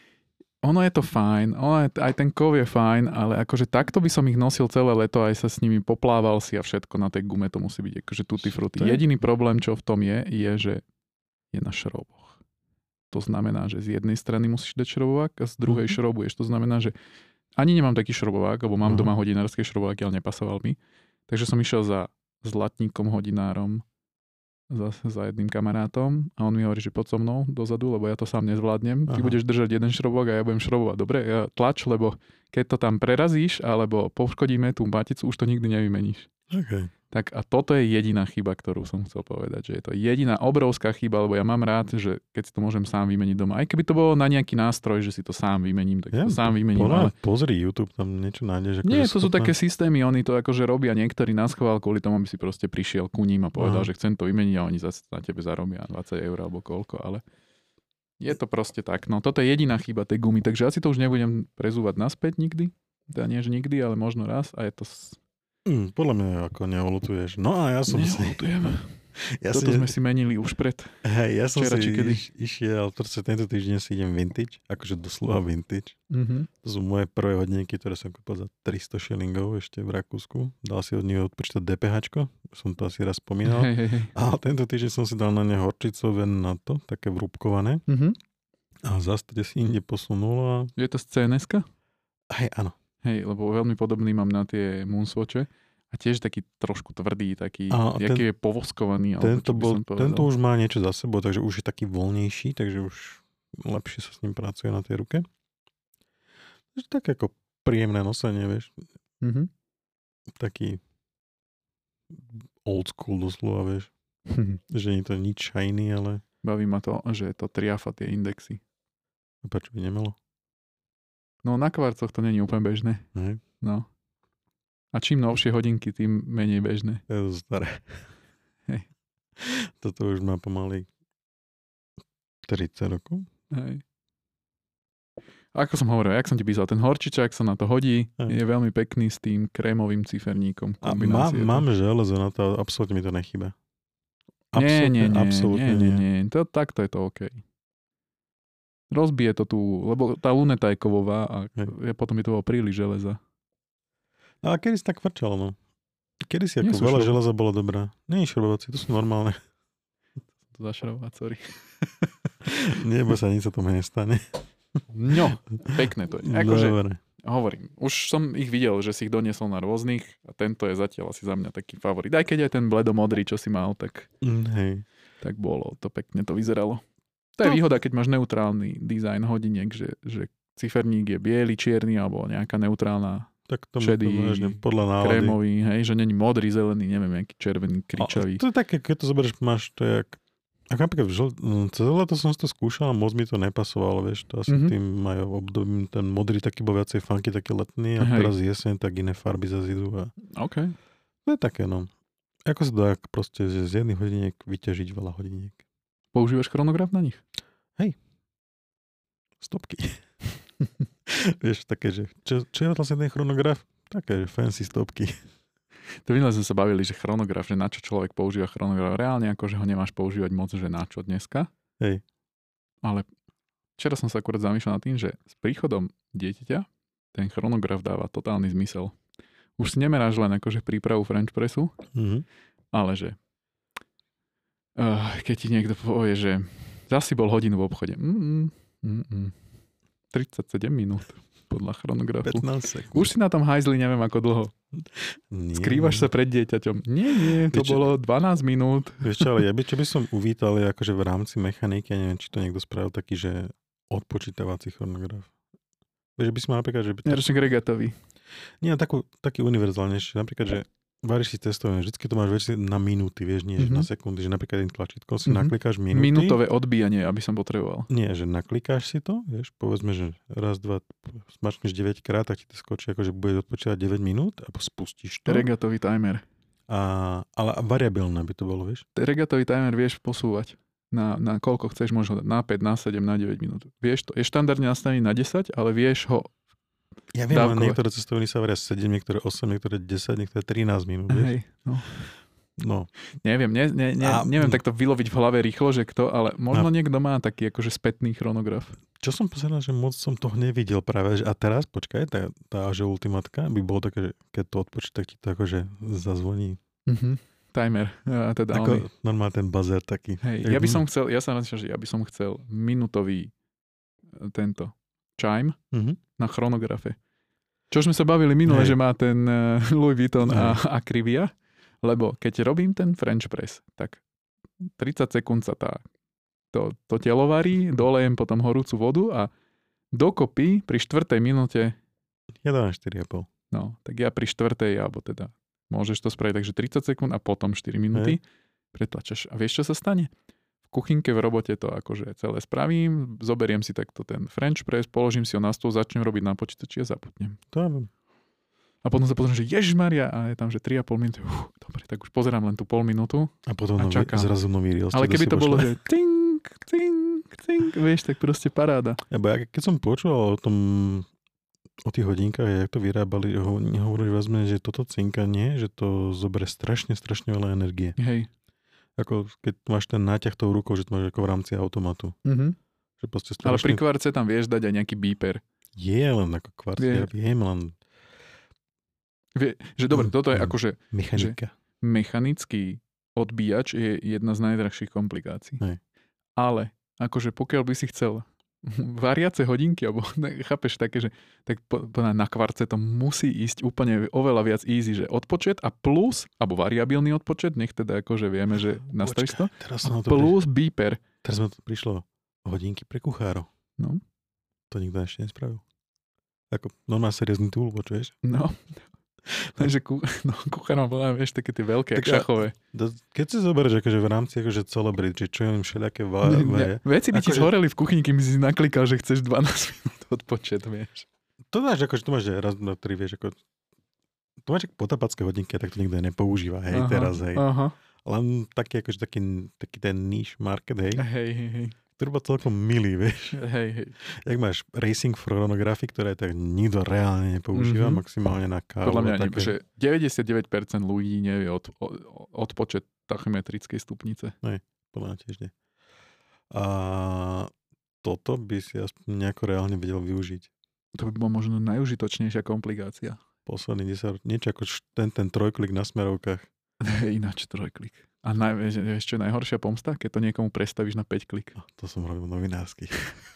ono je to fajn, ono je, aj ten kov je fajn, ale akože takto by som ich nosil celé leto, aj sa s nimi poplával si a všetko na tej gume to musí byť akože tutti frutti. Jediný problém, čo v tom je, je, že je na šroboch. To znamená, že z jednej strany musíš dať šrobovák a z druhej uh-huh. šrobuješ. To znamená, že ani nemám taký šrobovák, lebo mám uh-huh. doma hodinárske šrobovák, ale nepasoval mi. Takže som išiel za zlatníkom hodinárom, za, za jedným kamarátom a on mi hovorí, že poď so mnou dozadu, lebo ja to sám nezvládnem. Ty uh-huh. budeš držať jeden šrobovák a ja budem šrobovať. Dobre, ja tlač, lebo keď to tam prerazíš alebo poškodíme tú maticu, už to nikdy nevymeníš. Okay. Tak a toto je jediná chyba, ktorú som chcel povedať, že je to jediná obrovská chyba, lebo ja mám rád, že keď si to môžem sám vymeniť doma. Aj keby to bolo na nejaký nástroj, že si to sám vymením, tak ja, to sám vymením. Ale... Pozri YouTube, tam niečo nájdeš. Ako Nie, to sú také systémy, oni to akože robia niektorí na schvál kvôli tomu, aby si proste prišiel ku ním a povedal, Aha. že chcem to vymeniť a oni zase na tebe zarobia dvadsať eur alebo koľko, ale je to proste tak. No toto je jediná chyba tej gumy, takže asi to už nebudem prezúvať naspäť nikdy. Teda nie, že nikdy, ale možno raz a je to... Mm, podľa mňa ako neolutuješ. No a ja som Neolutujem. si... Ja Toto si... sme si menili už pred Hej, ja som včera, si kedy. iš, išiel, proste tento týždeň si idem vintage, akože doslova vintage. Mm-hmm. To sú moje prvé hodinky, ktoré som kúpil za tristo šilingov ešte v Rakúsku. Dal si od nich odpočítať DPHčko, som to asi raz spomínal. Hej, hej, hej. A tento týždeň som si dal na ne horčicové na to, také vrúbkované. Mm-hmm. A zase si inde posunulo. A... Je to z cé en eska? Hej, áno. Hej, lebo veľmi podobný mám na tie Moonswatche. A tiež taký trošku tvrdý, taký, a jaký ten, je povoskovaný. Tento, bol, tento už má niečo za sebou, takže už je taký voľnejší, takže už lepšie sa s ním pracuje na tej ruke. Takže tak ako príjemné nosenie, vieš. Mm-hmm. Taký old school doslova, vieš. Že nie je to nič shiny, ale... Baví ma to, že to triafa tie indexy. A prečo by nemalo? No na kvarcoch to není úplne bežné. Hej. No. A čím novšie hodinky, tým menej bežné. Je to staré. Hej. Toto už má pomaly tridsať rokov. Hej. Ako som hovoril, jak som ti písal, ten horčičák sa na to hodí, Hej. je veľmi pekný s tým krémovým ciferníkom. A mám, mám železo na to, absolútne mi to nechýba. Nie, nie, nie, absolútne nie, nie, nie. To, takto je to OK. Rozbije to tu, lebo tá luneta je kovová a je, potom je to príliš železa. No a kedy si tak vrčal, no? Kedy si ako veľa šrob... železa bolo dobrá. Nie je šrobovací, to sú normálne. To zašrobovať, sorry. Nebo sa nič sa tomu nestane. No, pekné to je. Akože, dobre. Hovorím, už som ich videl, že si ich doniesol na rôznych a tento je zatiaľ asi za mňa taký favorit. Aj keď aj ten bledomodrý, čo si mal, tak, Hej. tak bolo. To pekne to vyzeralo. To je no. výhoda, keď máš neutrálny dizajn hodiniek, že, že ciferník je biely, čierny alebo nejaká neutrálna tak to šedý, podľa nálady. Krémový, hej, že není modrý, zelený, neviem, aký červený, kričavý. A to je také, keď to zoberieš, máš to jak ako napríklad žl... cez leto som si to skúšal a moc mi to nepasovalo, vieš, to asi mm-hmm. tým majú obdobím, ten modrý taký bol viacej funky, taký letný a hej. Teraz jeseň, tak iné farby zase idú a OK. To je také, no. Ako sa dá proste z jedných hodiniek vyťažiť veľa hodiniek. Používaš chronograf na nich? Hej. Stopky. Vieš, také, že čo, čo je vlastne ten chronograf? Také, že fancy stopky. To minule sme sa bavili, že chronograf, že na čo človek používa chronograf. Reálne ako, že ho nemáš používať moc, že na čo dneska. Hej. Ale včera som sa akurát zamýšľal nad tým, že s príchodom dieťaťa ten chronograf dáva totálny zmysel. Už si nemeráš len akože prípravu French pressu, mm-hmm. ale že uh, keď ti niekto povie, že zasi bol hodinu v obchode. Mm-mm, mm-mm. tridsaťsedem minút podľa chronografu. pätnásť sekúnd. Už si na tom hajzli neviem ako dlho. Nie. Skrývaš sa pred dieťaťom. Nie, nie, to Vieš, bolo dvanásť minút. Vieš čo, ale ja by, čo by som uvítal, je akože v rámci mechaniky, ja neviem, či to niekto spravil taký, že odpočítavací chronograf. Vieš, by si mal napríklad, že by... Nerečník regatový. Nie, takú, taký univerzálnejší. Napríklad, že varíš si testovanie, vždycky to máš veci na minúty, vieš, nie mm-hmm. na sekundy, že napríklad tým tlačítkom si mm-hmm. naklikáš minúty. Minútové odbíjanie, aby som potreboval. Nie, že naklikáš si to, vieš, povedzme, že raz, dva, smačneš deväť krát, tak ti to skočí, akože bude odpočítať deväť minút a spustíš to. Regatový timer. A, ale variabilné by to bolo, vieš. Regatový timer vieš posúvať. Na, na koľko chceš, môžeš ho dať na päť, na sedem, na deväť minút. Vieš to, je štandardne nastavený na desať, ale vieš ho ja viem, ale niektoré cestoviny sa varia sedem, niektoré osem, niektoré desať, niektoré trinásť minút. Hej, no. no. Neviem, ne, ne, ne, a, neviem takto vyloviť v hlave rýchlo, že kto, ale možno a, niekto má taký akože spätný chronograf. Čo som pozeral, že moc som toho nevidel práve. A teraz, počkaj, tá, tá že ultimátka by bolo také, že keď to odpočí, tak ti to akože zazvoní. Mhm. Timer. Ja, teda ako normálne ten buzzer taký. Hej, ja by som chcel, ja sa rozmýšľam, že ja by som chcel minútový tento chime mm-hmm. na chronografe. Čo sme sa bavili minule, hey. že má ten uh, Louis Vuitton hey. a Akrivia, lebo keď robím ten French press, tak tridsať sekúnd sa tá, to, to telo varí, dolejem potom horúcu vodu a dokopy pri štvrtej minúte ja dávam štyri a pol. No, tak ja pri štvrtej, alebo teda môžeš to spraviť, takže tridsať sekúnd a potom štyri minúty hey. pretlačaš. A vieš, čo sa stane? V kuchynke v robote to akože celé spravím, zoberiem si takto ten French press, položím si ho na stôl, začnem robiť na počítači a zaputnem. To a potom sa pozriem, že Ježišmaria, a je tam, že tri a pol minúty. Uf, dobre, tak už pozerám len tú pol minútu a potom a nový, čakám. Zrazu nový reel. Ale keby to bolo, že tink, tink, tink, vieš, tak proste paráda. Lebo ja, keď som počul o tom, o tých hodinkách, jak to vyrábali, ho, hovorili vezme, že toto cinkanie, že to zoberie strašne, strašne veľa energie. Hej. Ako keď máš ten náťah tou rukou, že to máš ako v rámci automatu. Mm-hmm. Že strašne... Ale pri kvarce tam vieš dať aj nejaký beeper. Je len ako kvarce, ja viem len... Vie, že dobre, toto je akože... Mechanika. Mechanický odbíjač je jedna z najdrahších komplikácií. Hej. Ale akože pokiaľ by si chcel variace hodinky, alebo chápeš také, že tak po, po, na kvarce to musí ísť úplne oveľa viac easy, že odpočet a plus, alebo variabilný odpočet, nech teda akože vieme, že nastavíš to, plus prišlo, beeper. Teraz ma to prišlo hodinky pre kuchárov. No. To nikto ešte nespravil. Ako normálne seriózny túl, počuješ? No. Takže ku, no, kuchárom bola, vieš, také tie veľké, tak šachové. Do, keď si zoberieš akože v rámci akože celebrit, že čo je im všelijaké vaje. Veci by ako ti že... zhoreli v kuchyni, kým si naklikal, že chceš dvanásť minút odpočet, vieš. To máš akože, to máš raz, dva, tri, vieš, ako... To máš ako potapacké hodinky, tak to nikto nepoužíva, hej, aha, teraz, hej. Aha. Len taký, akože taký, taký ten niche market, hej. Hej, hej, hej. Ktorý bol celkom milý, vieš. Hej, hej. Jak máš racing chronografy, ktoré tak nikto reálne nepoužíva, Mhm. maximálne na kávu. Podľa mňa a ani, také. že deväťdesiatdeväť percent ľudí nevie od, od, odpočet tachymetrickej stupnice. Podľa mňa tiež nie. A toto by si aspoň nejako reálne vedel využiť. To by bola možno najužitočnejšia komplikácia. Posledný desať, niečo ako š- ten, ten trojklik na smerovkách. Ináč trojklik. A naj, vieš, vieš, čo je najhoršia pomsta? Keď to niekomu prestavíš na päť klik. A to som robil novinársky.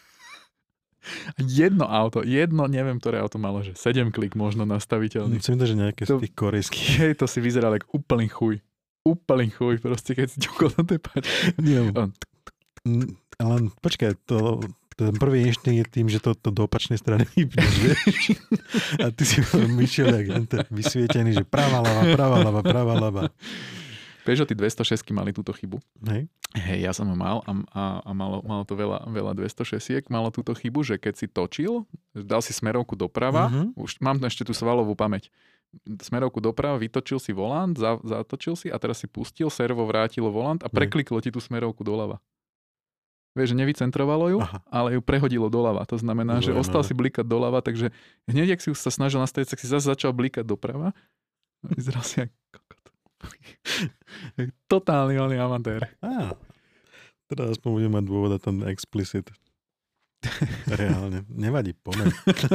Jedno auto, jedno, neviem, ktoré auto malo, že sedem klik možno nastaviteľný. Myslím, že nejaké z To- tých korejských. Hej, to si vyzeral ako úplný chuj. Úplný chuj, proste keď si ťukol do tej páčky. Nie, On- Mm, ale počkaj, to, ten prvý inštinkt je tým, že to, to do opačnej strany vypneš, vieš? A ty si myšiel jak ten vysvietený, že pravá lava, pravá lava, pravá lava. Peugeot dvestošesť mali túto chybu. Hej? Hej, ja som ho mal a, a, a malo, malo to veľa, veľa dvestošesť, malo túto chybu, že keď si točil, dal si smerovku doprava, Mhm. už mám ešte tú svalovú pamäť, smerovku doprava, vytočil si volant, za, zatočil si a teraz si pustil, servo vrátilo volant a prekliklo ti tú smerovku doľava. Vieš, že nevycentrovalo ju, Aha. ale ju prehodilo doľava. To znamená, že Zaujímavé. ostal si blikať doľava, takže hneď, ak si už sa snažil nastaviť, tak si zase začal blikať doprava. Vyzeral si jak kokot. Totálny oný amatér. Á, teda aspoň budem mať dôvod a ten explicit. Reálne. Nevadí, poďme.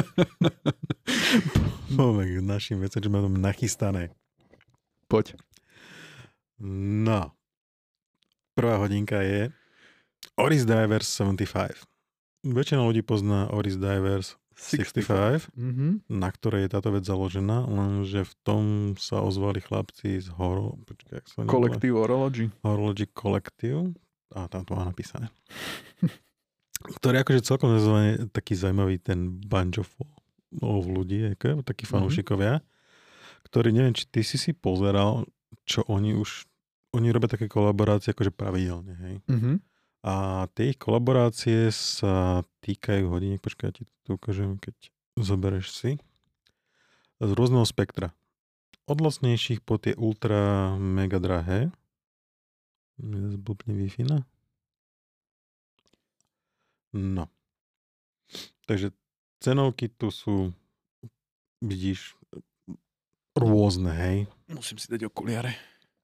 Poďme k našim veciam, čo máme nachystané. Poď. No. Prvá hodinka je Oris Divers sedemdesiatpäť. Väčšina ľudí pozná Oris Divers šesťdesiatpäť, Mhm. na ktorej je táto vec založená, lenže v tom sa ozvali chlapci z Horo... Počkaj, jak sa oni volajú? Collective Horology. Horology Collective. A tam to má napísané. Ktorý akože celkom nazvaný taký zaujímavý ten bunch of, of ľudí, ako, takí fanúšikovia, ktorí neviem, či ty si si pozeral, čo oni už... Oni robia také kolaborácie akože pravidelne, hej. Mhm. A tie ich kolaborácie sa týkajú hodiniek, počkaj, ja ti to ukážem, keď zoberieš si, z rôzneho spektra. Od lacnejších po tie ultra mega drahé. Zblbne Wi-Fi. No. Takže cenovky tu sú, vidíš, rôzne, hej. Musím si dať okuliare.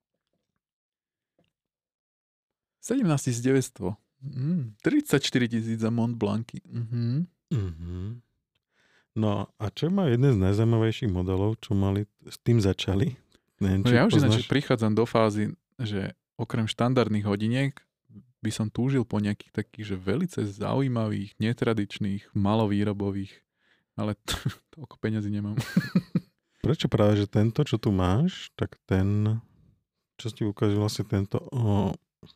sedemnásťtisícdeväťsto. Mm, tridsaťštyri tisíc za Mont Blancy. Mhm. Mm-hmm. No a čo má jeden z najzaujímavejších modelov, čo mali, s tým začali? Neviem, No či ja už poznáš? ináč prichádzam do fázy, že okrem štandardných hodiniek by som túžil po nejakých takých, že velice zaujímavých, netradičných, malovýrobových, ale toľko peňazí nemám. Prečo práve, že tento, čo tu máš, tak ten, čo ti ukáže vlastne tento, o,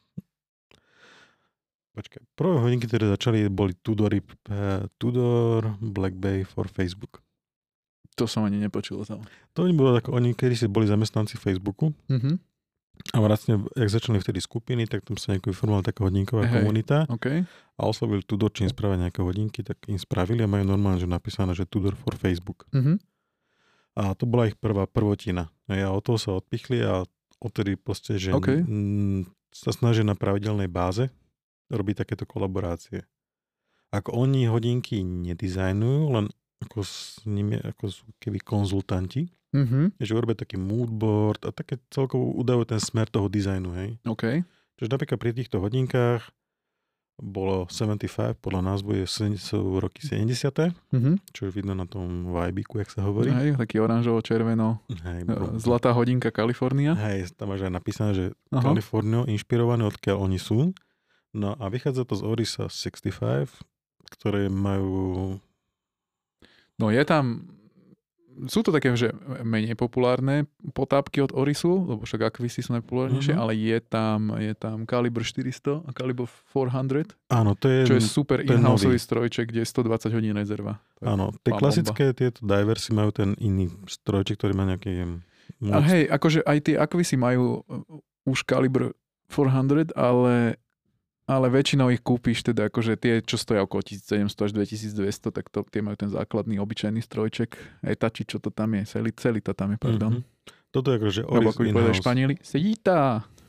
počkaj, prvé hodinky, ktoré začali, boli Tudory, eh, Tudor Black Bay for Facebook. To som ani nepočul tam. To oni bolo tak, oni kedy si boli zamestnanci Facebooku Mhm. a vlastne, jak začali vtedy skupiny, tak tam sa nejako vyformovala taká hodinková Hej. komunita OK. a oslovili Tudor, či im spravia nejaké hodinky, tak im spravili a majú normálne, že napísané, že Tudor for Facebook. Mhm. A to bola ich prvá prvotina. A od toho sa odpichli a odtedy proste, že OK. mm, sa snažia na pravidelnej báze robiť takéto kolaborácie. Ako oni hodinky nedizajnujú, len ako s nimi, ako sú keby konzultanti, Mhm. že urobia taký moodboard a také celkovo udajú ten smer toho dizajnu, hej. OK. Čiže napríklad pri týchto hodinkách bolo sedemdesiatpäť, podľa názvu je, sú roky sedemdesiate, Mhm. čo je vidno na tom vibiku, jak sa hovorí. Hej, taký oranžovo-červeno. Hej, e, Zlatá hodinka Kalifornia. Hej, tam máš aj napísané, že Aha. Kalifornio, inšpirované, odkiaľ oni sú. No a vychádza to z Orisa šesťdesiatpäť, ktoré majú... No je tam, sú to také, že menej populárne potápky od Orisu, lebo však Aquisy sú najpopulárnejšie, Mhm. ale je tam, je tam Caliber štyristo a Caliber štyristo, Áno, to je... čo je super ten in-houseový nový. strojček, kde je stodvadsať hodín rezerva. To je Áno, tie pán klasické tieto diversy majú ten iný strojček, ktorý má nejaký... A hej, akože aj tie Aquisy majú uh, už Caliber štyristo, ale ale väčšinou ich kúpiš, teda akože tie, čo stoja okolo tisícsedemsto až dvetisícdvesto, tak to, tie majú ten základný obyčajný strojček. Etači, čo to tam je, celý, celý to tam je, pardon. Mm-hmm. Toto je akože Lebo Oris ako by povedali in-house. Španieli, sedí tá.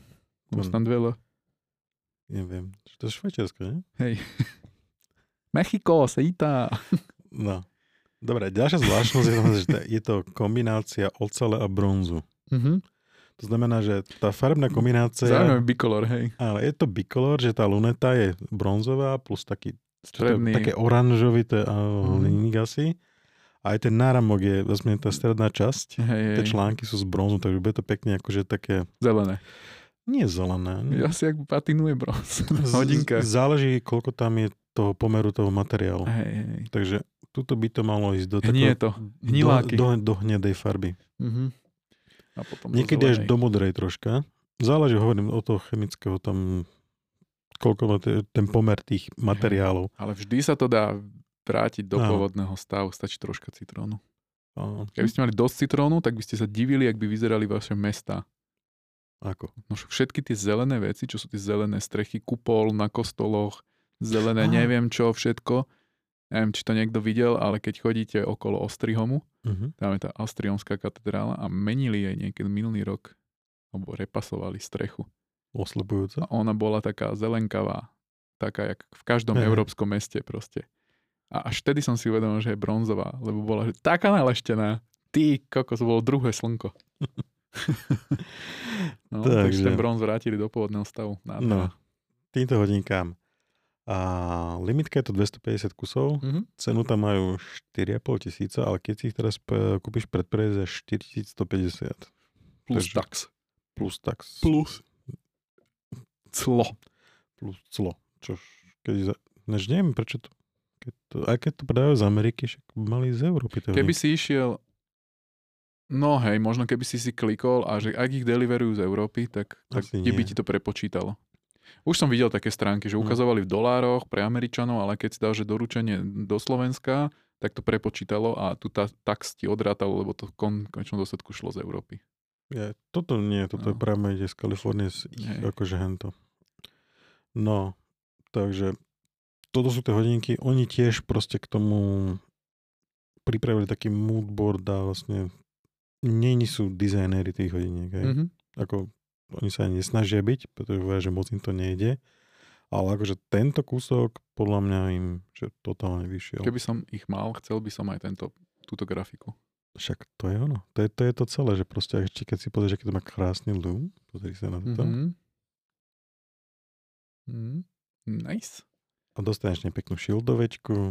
Máš tam dve L. Neviem. To je Švajčiarsko, nie? Hej. Mexiko, sejta. No. Dobre, ďalšia zvláštnosť je, že je to kombinácia ocele a bronzu. Mhm. To znamená, že tá farebná kombinácia... Zaujímavý bicolor, hej. Áno, je to bicolor, že tá luneta je bronzová plus taký Stredný. také oranžovité hliník Mhm. asi. A aj ten náramok je, vlastne tá stredná časť. Hej, Tie hej. články sú z bronzu, takže bude to pekne akože také... Zelené. Nie zelené. Asi ak patinuje bronz. Z- Hodinka. Záleží, koľko tam je toho pomeru toho materiálu. Hej, hej. Takže tuto by to malo ísť do Hnie takého... to. Hniláky. Do, do, do hnedej farby. Mhm. A potom Niekedy až zelenej. do modrej troška. Záleží, hovorím, od toho chemického tam, koľko má te- ten pomer tých materiálov. Ale vždy sa to dá vrátiť do Áno. pôvodného stavu. Stačí troška citrónu. Áno. Keby ste mali dosť citrónu, tak by ste sa divili, ak by vyzerali vaše mestá. Ako? No však všetky tie zelené veci, čo sú tie zelené strechy, kupol na kostoloch, zelené Á. neviem čo, všetko. Neviem, či to niekto videl, ale keď chodíte okolo Ostrihomu, Uh-huh. tam je tá Austrionská katedrála a menili jej niekedy minulý rok, alebo repasovali strechu. Oslepujúce? A ona bola taká zelenkavá, taká jak v každom Hej. európskom meste proste. A až vtedy som si uvedomil, že je bronzová, lebo bola že taká naleštená. Ty kokos, bolo druhé slnko. No, takže Takže- ten bronz vrátili do pôvodného stavu. No, Nádhera. týmto hodinkám. A limitka je to dvestopäťdesiat kusov. Mhm. Cenu tam majú štyri a pol tisíca, ale keď si ich teraz p- kúpiš predpredaž za štyritisícstopäťdesiat. Plus Takže- tax. Plus tax. Plus clo. Plus clo. Čož, keď za... Než neviem, prečo to... Keď to aj keď to predajú z Ameriky, však mali z Európy. to Keby hodinky. si išiel, no hej, možno keby si si klikol a že ak ich deliverujú z Európy, tak, tak Asi ti by nie. ti to prepočítalo. Už som videl také stránky, že No. ukazovali v dolároch pre Američanov, ale keď si dal, že doručenie do Slovenska, tak to prepočítalo a tu tá, tax ti odrátalo, lebo to v kon- konečnom dôsledku šlo z Európy. Ja, toto nie, toto No. je práve ide z Kalifornie, z ich, Hej. akože hento. No, takže toto sú tie hodinky, oni tiež proste k tomu pripravili taký moodboard a vlastne nie sú dizajnéri tých hodiniek, hej. Mhm. Ako oni sa ani nesnažia byť, pretože hovoria, že moc im to nejde, ale akože tento kúsok podľa mňa im že totálne vyšiel. Keby som ich mal, chcel by som aj tento, túto grafiku. Však to je ono. To je to, je to celé, že proste ešte keď si pozrieš, aký to má krásny loom, pozri sa na to. Mhm. Mhm. Nice. A dostaneš nepeknú šildovečku.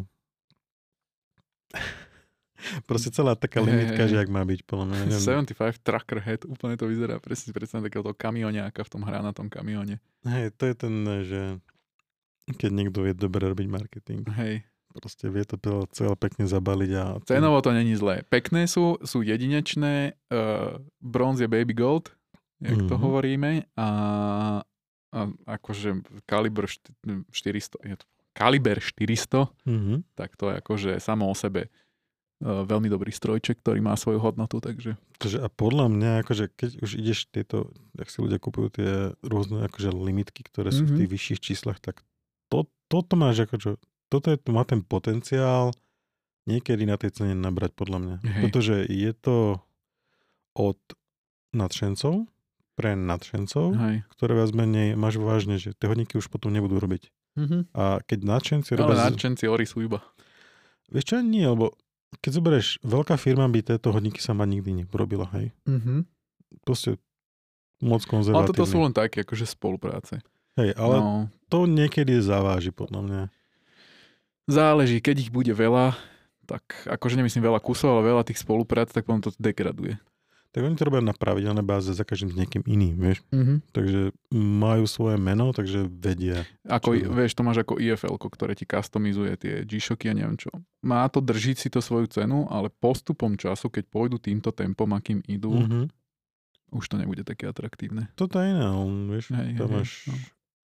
Proste celá taká Hej, limitka, hej. že jak má byť, podľa mňa. Neviem. sedemdesiatpäť Trucker Head, úplne to vyzerá, presne si predstavím takého toho kamioniáka v tom hránatom kamióne. Hej, to je ten, že keď niekto vie dobre robiť marketing. Hej. Proste vie to celé, celé pekne zabaliť a... Cenovo to není zlé. Pekné sú, sú jedinečné, uh, bronz je baby gold, jak to Mhm. hovoríme, a, a akože kaliber št- štyristo, je to, kaliber štyristo, Mhm. tak to je akože samo o sebe uh, veľmi dobrý strojček, ktorý má svoju hodnotu, takže Takže a podľa mňa, akože keď už ideš tieto, ak si ľudia kupujú tie rôzne akože limitky, ktoré sú v Mhm. tých vyšších číslach, tak to, toto máš akože, toto je, má ten potenciál niekedy na tej cene nabrať podľa mňa. Hej. Pretože je to od nadšencov, pre nadšencov, hej. ktoré viac menej máš vážne, že tie hodinky už potom nebudú robiť. Mhm. A keď nadšenci Ale robia... z- nadšenci ori sú iba. Vieš čo, nie, lebo keď zoberieš, veľká firma by tieto hodinky sama nikdy neurobila, hej. Mhm. Proste moc Ale konzervatívne. toto sú len také akože spolupráce. Hej, ale No, to niekedy zaváži, podľa mňa. záleží, keď ich bude veľa, tak akože nemyslím veľa kusov, ale veľa tých spoluprác, tak potom to degraduje. Tak oni to robia na pravidelnej báze za každým s niekým iným, vieš. Mhm. Takže majú svoje meno, takže vedia. Ako, Čo? vieš, to máš ako í ef el, ktoré ti customizuje tie G-Shocky a neviem čo. Má to držiť si to svoju cenu, ale postupom času, keď pôjdu týmto tempom, akým idú, mm. Mhm. už to nebude také atraktívne. Toto je iné, on, vieš, Hej, tam hej, máš no.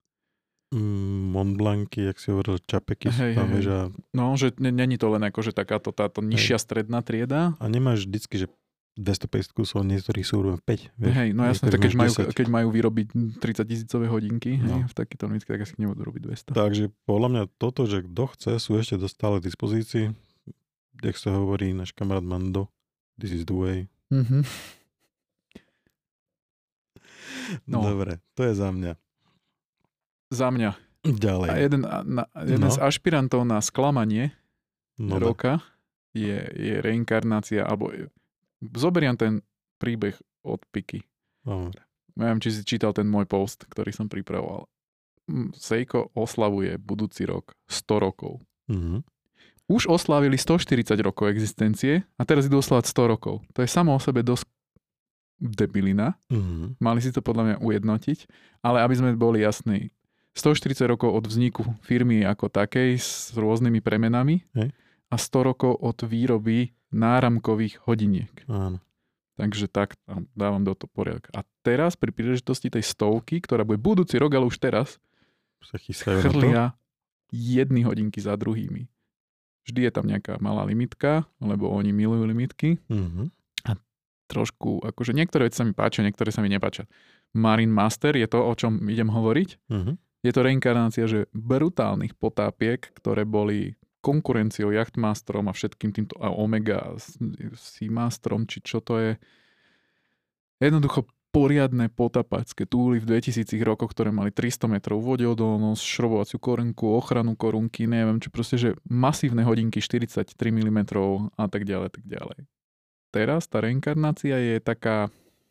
mm, Mont Blancy, jak si hovoril, čapeky sú Hej, tam, hej, vieš, a, No, že n- není to len akože takáto táto nižšia stredná trieda. a nemáš vždycky, že dvestopäťdesiat kusov, niektorí sú urobím päť, vieš. Hej, no jasne, niektorí tak keď máš majú, desať. keď majú vyrobiť tridsať tisícové hodinky, No. hej, v takýto limit, tak asi nebudú robiť dvesto. Takže podľa mňa toto, že kto chce, sú ešte dosť stále k dispozícii. Jak sa hovorí náš kamarát Mando, this is the way. Mhm. No. Dobre, to je za mňa. Za mňa. Ďalej. A jeden, na, jeden No. z ašpirantov na sklamanie No, roka je, je reinkarnácia, alebo zoberiem ten príbeh od Piky. Dobre. Neviem, či si čítal ten môj post, ktorý som pripravoval. Seiko oslavuje budúci rok sto rokov. Mhm. Už oslávili stoštyridsať rokov existencie a teraz idú oslavať sto rokov. To je samo o sebe dosť debilina. Mhm. Mali si to podľa mňa ujednotiť, ale aby sme boli jasní, stoštyridsať rokov od vzniku firmy ako takej s rôznymi premenami Hej. a sto rokov od výroby náramkových hodiniek. Áno. Takže tak dávam do toho poriadka. A teraz pri príležitosti tej stovky, ktorá bude budúci rok, ale už teraz, Sa chystajú na to. chrlia jedny hodinky za druhými. Vždy je tam nejaká malá limitka, lebo oni milujú limitky. Mhm. Trošku, akože niektoré veci sa mi páčia, niektoré sa mi nepáčia. Marine Master je to, o čom idem hovoriť. Mhm. Je to reinkarnácia, že brutálnych potápiek, ktoré boli konkurenciou Yachtmasterom a všetkým týmto a Omega Seamasterom, či čo to je. Jednoducho poriadne potapačské túly v dvetisícich rokoch, ktoré mali tristo metrov vodeodolnosť, šrobovaciu korunku, ochranu korunky, neviem čo, proste, že masívne hodinky štyridsaťtri milimetrov a tak ďalej, tak ďalej. Teraz tá reinkarnácia je taká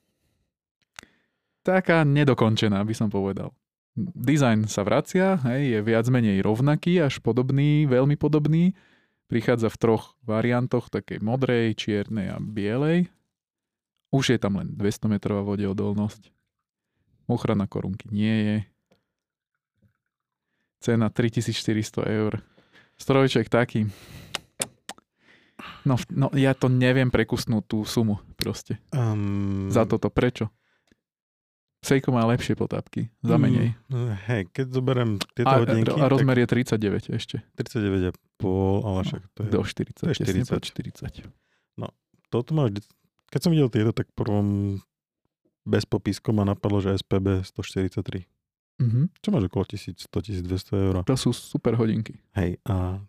taká nedokončená, by som povedal. Design sa vracia, hej, je viac menej rovnaký, až podobný, veľmi podobný. Prichádza v troch variantoch, takej modrej, čiernej a bielej. Už je tam len dvestometrová vodeodolnosť. Ochrana korunky nie je. Cena tritisícštyristo eur. Strojček taký. No, no ja to neviem prekusnúť tú sumu proste. Um, Za toto. Prečo? Seiko má lepšie potápky. Za menej. Mm, hej, keď zoberiem tieto A, hodinky, a rozmer je tridsaťdeväť ešte. tridsaťdeväť a pol, ale však to je... Do štyridsať. to je štyridsať. štyridsať. Toto ma vždy... Keď som videl tieto, tak prvom bez popiskom ma napadlo, že es pé bé stoštyridsaťtri. Mhm. Čo máš okolo tisícsto tisícdvesto eur. To sú super hodinky. Hej, a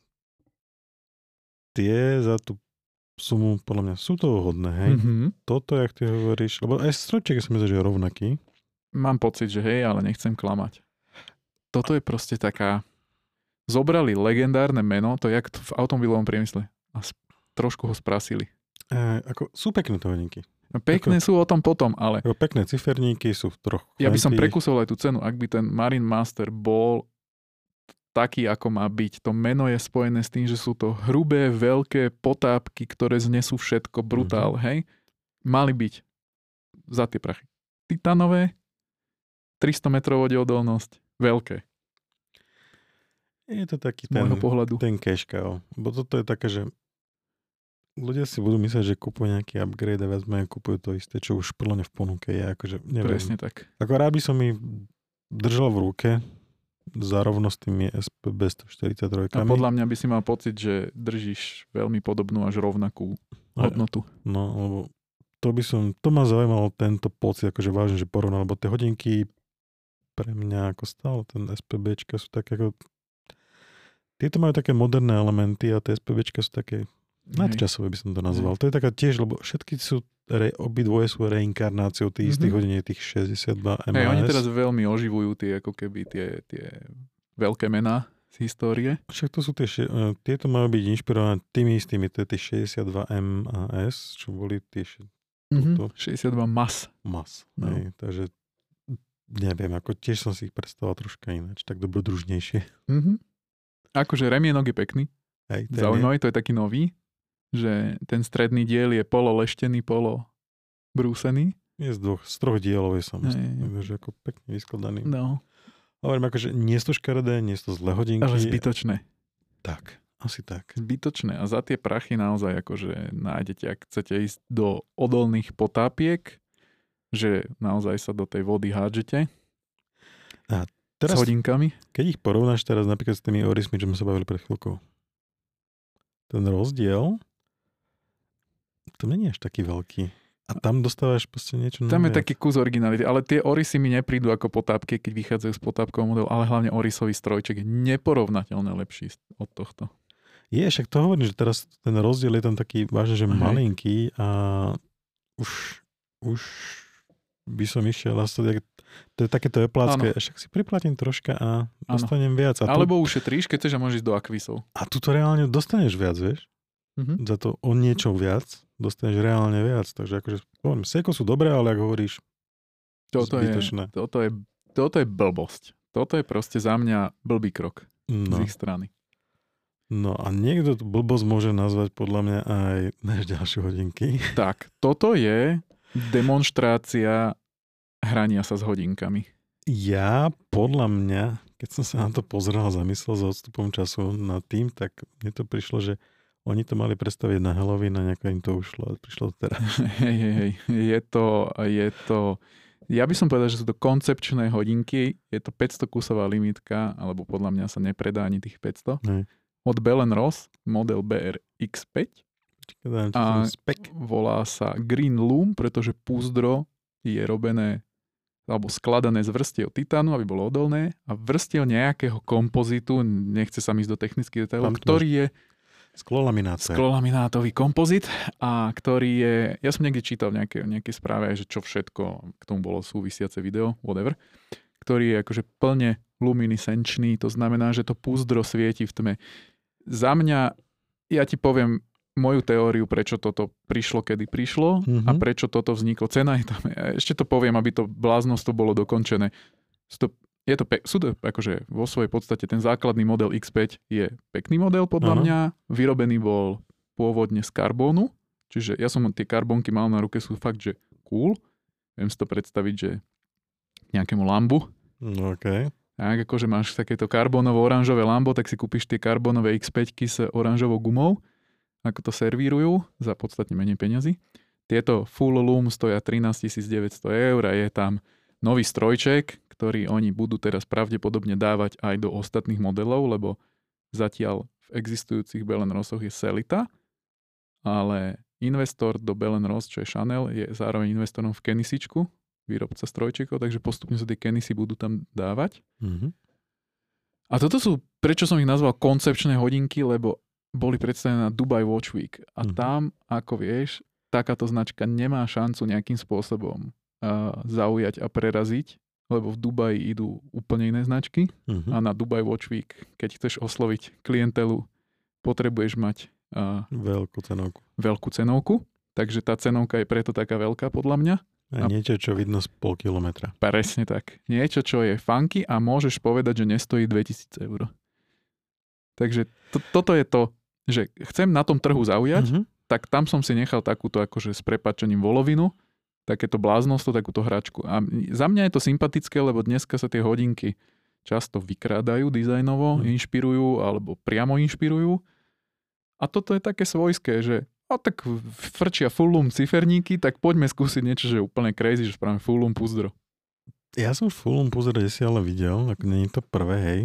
tie za tú sumu, podľa mňa, sú toho hodné, hej. Mhm. Toto, jak ty hovoríš, lebo aj strojček som myslel, že je rovnaký. Mám pocit, že hej, ale nechcem klamať. Toto je proste taká... Zobrali legendárne meno, to je jak v automobilovom priemysle. A sp- trošku ho sprasili. E, ako, sú pekné to hodinky. No, pekné sú o tom potom, ale Ako pekné ciferníky, sú v troch. ja by som fancy. prekusol aj tú cenu. Ak by ten Marine Master bol taký, ako má byť. To meno je spojené s tým, že sú to hrubé, veľké potápky, ktoré znesú všetko, brutál, mm-hmm. hej. Mali byť za tie prachy. Titanové, tristo metrov vodeodolnosť, veľké. Je to taký Z môjho ten, pohľadu. ten cash cow. Bo toto je také, že ľudia si budú myslieť, že kúpujú nejaký upgrade a viac menej kúpujú to isté, čo už plne v ponuke je. Akože, neviem. Presne tak. Ako rád by som ich držal v ruke, zárovno s tými es pé bé stoštyridsaťtri. A podľa mňa by si mal pocit, že držíš veľmi podobnú až rovnakú hodnotu. No, lebo to by som, to ma zaujímalo tento pocit, akože vážne, že porovnal, lebo tie hodinky pre mňa ako stále, ten SPBčka sú také ako, tieto majú také moderné elementy a tie SPBčka sú také nadčasové, by som to nazval. To je taká tiež, lebo všetky sú, re, obidvoje sú reinkarnáciou tých istých mm-hmm. hodiniek, tých šesťdesiatdva em á es. Hej, oni teraz veľmi oživujú tie, ako keby tie, tie veľké mená z histórie. Však to sú tie, uh, tieto majú byť inšpirované tými istými, to je tie šesťdesiatdva em á es, čo boli tie mm-hmm. šesťdesiatdva mas. Mas, no. hej, takže neviem, ako tiež som si ich predstavoval troška ináč, tak dobrodružnejšie. Mm-hmm. Akože remienok je pekný, hej, zaujímavý, to je taký nový, že ten stredný diel je polo leštený, polo brúsený. Je z, dvoch, z troch dielov je samostatný, Hej. takže ako pekne vyskladaný. No. Hovorím, akože nie sú to škaredé, nie sú to zlé hodinky. Ale zbytočné. Tak, asi tak. Zbytočné. A za tie prachy naozaj akože nájdete, ak chcete ísť do odolných potápiek, že naozaj sa do tej vody hádžete. A teraz, s hodinkami. Keď ich porovnáš teraz napríklad s tými Orismi, čo sme sa bavili pred chvíľkou, ten rozdiel to nie je až taký veľký. A tam dostávaš proste niečo Tam naviac. je taký kus originality, ale tie Orisy mi neprídu ako potápky, keď vychádzajú z potápkového modelu, ale hlavne Orisový strojček je neporovnateľne lepší od tohto. Je, však to hovorím, že teraz ten rozdiel je tam taký vážne, že Hej. malinký a už, už by som išiel a to, to je takéto eplácké, však si priplatím troška a dostanem viac. A Alebo tu, ušetríš, keď chceš a môžeš do akvísov. A tu to reálne dostaneš viac, vieš? Mm-hmm. Za to o niečo viac dostaneš reálne viac. Takže akože, hovorím, Seiko sú dobré, ale ako hovoríš, toto zbytočné. Je, toto, je, toto je blbosť. Toto je proste za mňa blbý krok no. z ich strany. No a niekto tú blbosť môže nazvať podľa mňa aj naš ďalšie hodinky. Tak, toto je demonštrácia hrania sa s hodinkami. Ja, podľa mňa, keď som sa na to pozrel a zamyslel za odstupom času nad tým, tak mne to prišlo, že oni to mali predstaviť na Halloween a nejako im to ušlo. Prišlo to teraz. Hej, hej, hej. Je to, je to... Ja by som povedal, že sú to koncepčné hodinky. Je to päťsto kusová limitka, alebo podľa mňa sa nepredá ani tých päťsto. Hej. Od Bell and Ross, model bé er iks päť. A volá sa Green Loom, pretože púzdro je robené alebo skladané z vrstiev titánu, aby bolo odolné a vrstiev nejakého kompozitu, nechce sa mi ísť do technických detailov, ktorý je sklolaminátový kompozit a ktorý je, ja som niekde čítal v nejakej, nejakej správe, že čo všetko k tomu bolo súvisiace video, whatever, ktorý je akože plne luminescenčný, to znamená, že to púzdro svieti v tme. Za mňa, ja ti poviem moju teóriu, prečo toto prišlo, kedy prišlo mm-hmm. a prečo toto vzniklo. Cena je tam, ešte to poviem, aby to bláznostvo bolo dokončené. Je to, sú to akože vo svojej podstate ten základný model iks päť je pekný model podľa uh-huh. mňa. Vyrobený bol pôvodne z karbónu, čiže ja som tie karbónky mal na ruke, sú fakt, že cool. Viem si to predstaviť, že nejakému Lambu. OK. Tak akože máš takéto karbónovo-oranžové Lambo, tak si kúpiš tie karbónové iks päťky s oranžovou gumou, ako to servírujú za podstatne menej peňazí. Tieto full loom stoja trinásťtisícdeväťsto eur a je tam nový strojček, ktorý oni budú teraz pravdepodobne dávať aj do ostatných modelov, lebo zatiaľ v existujúcich Bell and Rossoch je Sellita, ale investor do Bell and Ross, čo je Chanel, je zároveň investorom v Kenisičku, výrobca strojčekov, takže postupne sa tie Kenisy budú tam dávať. Mm-hmm. A toto sú, prečo som ich nazval koncepčné hodinky, lebo boli predstavené na Dubai Watch Week. A mm-hmm. tam, ako vieš, takáto značka nemá šancu nejakým spôsobom uh, zaujať a preraziť, lebo v Dubaji idú úplne iné značky uh-huh. a na Dubai Watch Week, keď chceš osloviť klientelu, potrebuješ mať uh, veľkú cenovku. veľkú cenovku, takže tá cenovka je preto taká veľká podľa mňa. A niečo, čo vidno z pol kilometra. Presne tak. Niečo, čo je funky a môžeš povedať, že nestojí dvetisíc eur. Takže to, toto je to, že chcem na tom trhu zaujať, uh-huh. tak tam som si nechal takúto akože s prepáčením volovinu, takéto bláznostvo, takúto hračku. A za mňa je to sympatické, lebo dneska sa tie hodinky často vykrádajú dizajnovo, mm. inšpirujú alebo priamo inšpirujú. A toto je také svojské, že a tak frčia full loom ciferníky, tak poďme skúsiť niečo, že je úplne crazy, že spravíme full loom púzdro. Ja som full loom púzdro desi ale videl, ako nie je to prvé, hej.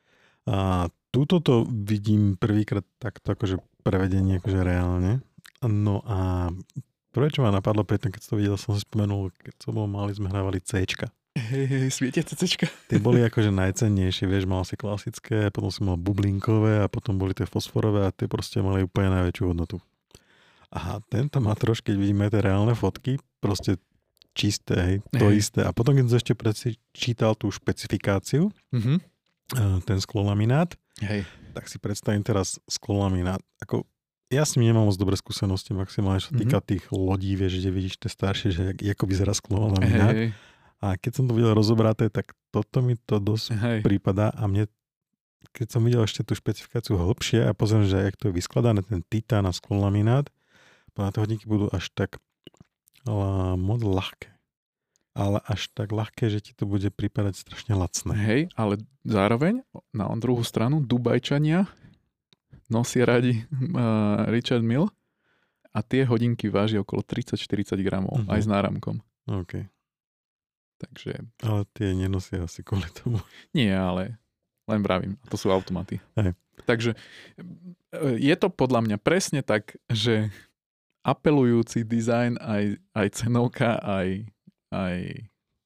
A túto to vidím prvýkrát takto akože prevedenie akože reálne. No a prvé, čo ma napadlo, preto keď som to videl, som si spomenul, keď som bol malý, sme hrávali C-čka. Hej, hej, svietiace C-čka. Tie boli akože najcennejšie, vieš, mal si klasické, potom si mal bublinkové a potom boli tie fosforové a tie proste mali úplne najväčšiu hodnotu. Aha, tento má trošky, keď vidíme tie reálne fotky, proste čisté, hej, to hej. isté. A potom, keď som ešte prečítal tú špecifikáciu, mm-hmm. ten sklolaminát, hej. tak si predstavím teraz sklolaminát. Ako ja s ním nemám moc dobré skúsenosti, maximálne čo týka mm-hmm. tých lodí, vieš, kde vidíš tie staršie, že ako vyzerá sklolaminát. Hey. A keď som to videl rozobraté, tak toto mi to dosť hey. prípada a mne, keď som videl ešte tú špecifikáciu hlbšie a pozriem, že jak to je vyskladané, ten titán a sklolaminát, na tie hodinky budú až tak ale moc ľahké. Ale až tak ľahké, že ti to bude prípadať strašne lacné. Hej, ale zároveň na druhú stranu Dubajčania nosia radi uh, Richard Mille a tie hodinky vážia okolo tridsať štyridsať gramov, uh-huh. aj s náramkom. OK. Takže... Ale tie nenosia asi kvôli tomu. Nie, ale len vravím, to sú automaty. Hej. Takže je to podľa mňa presne tak, že apelujúci dizajn, aj, aj cenovka, aj, aj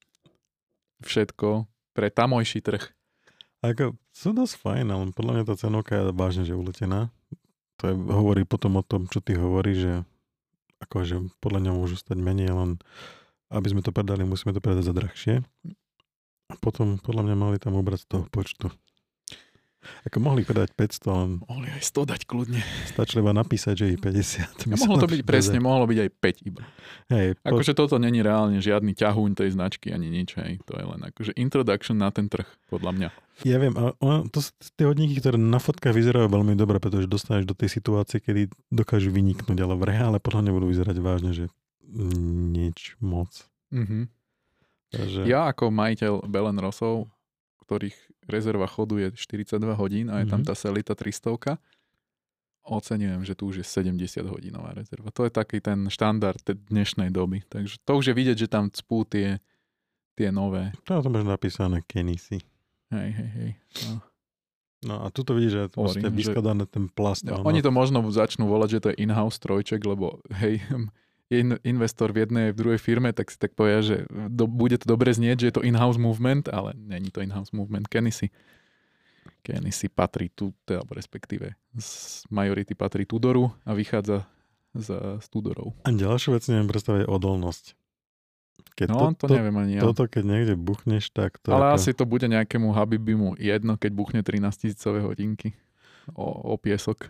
všetko pre tamojší trh. Ako, sú dosť fajn, ale podľa mňa tá cenovka je vážne, že uletená. To je, hovorí potom o tom, čo ty hovoríš, že akože podľa mňa môžu stať menej, len aby sme to predali, musíme to predať za drahšie. A potom podľa mňa mali tam obrať z toho počtu. Ako mohli predať päťsto, len... Mohli aj sto dať kľudne. Stačí iba napísať, že je päťdesiat. A mohlo to byť presne, mohlo byť aj päť iba. Hej, po... Akože toto není reálne žiadny ťahuň tej značky, ani nič, hej. To je len akože introduction na ten trh, podľa mňa. Ja viem, ale ono, to sú tie hodinky, ktoré na fotkách vyzerajú veľmi dobre, pretože dostaneš do tej situácie, kedy dokážu vyniknúť, ale v reále podľa mňa budú vyzerať vážne, že nič moc. Mm-hmm. Takže... Ja ako majiteľ Bell and Rossov, ktorých rezerva chodu je štyridsaťdva hodín a je tam tá Selita tristo, oceňujem, že tu už je sedemdesiat hodinová rezerva. To je taký ten štandard dnešnej doby. Takže to už je vidieť, že tam cpú tie, tie nové. To máš napísané Kenisy. Hej, hej, hej. No. No a tu to vidíš, že je vlastne vyskladané ten plast. No, oni to možno začnú volať, že to je in-house trojček, lebo hej, je investor v jednej, v druhej firme, tak si tak povedia, že do, bude to dobre znieť, že je to in-house movement, ale není to in-house movement. Kenisy. Kenisy patrí tu, alebo respektíve z majority patrí Tudoru a vychádza z, z Tudorov. A ďalšiu vec neviem predstaviť odolnosť. Keď no, to, to neviem ani ja. Toto, keď niekde buchneš, tak to... Ale ako... asi to bude nejakému Habibimu jedno, keď buchne trinásťtisícové hodinky o, o piesok.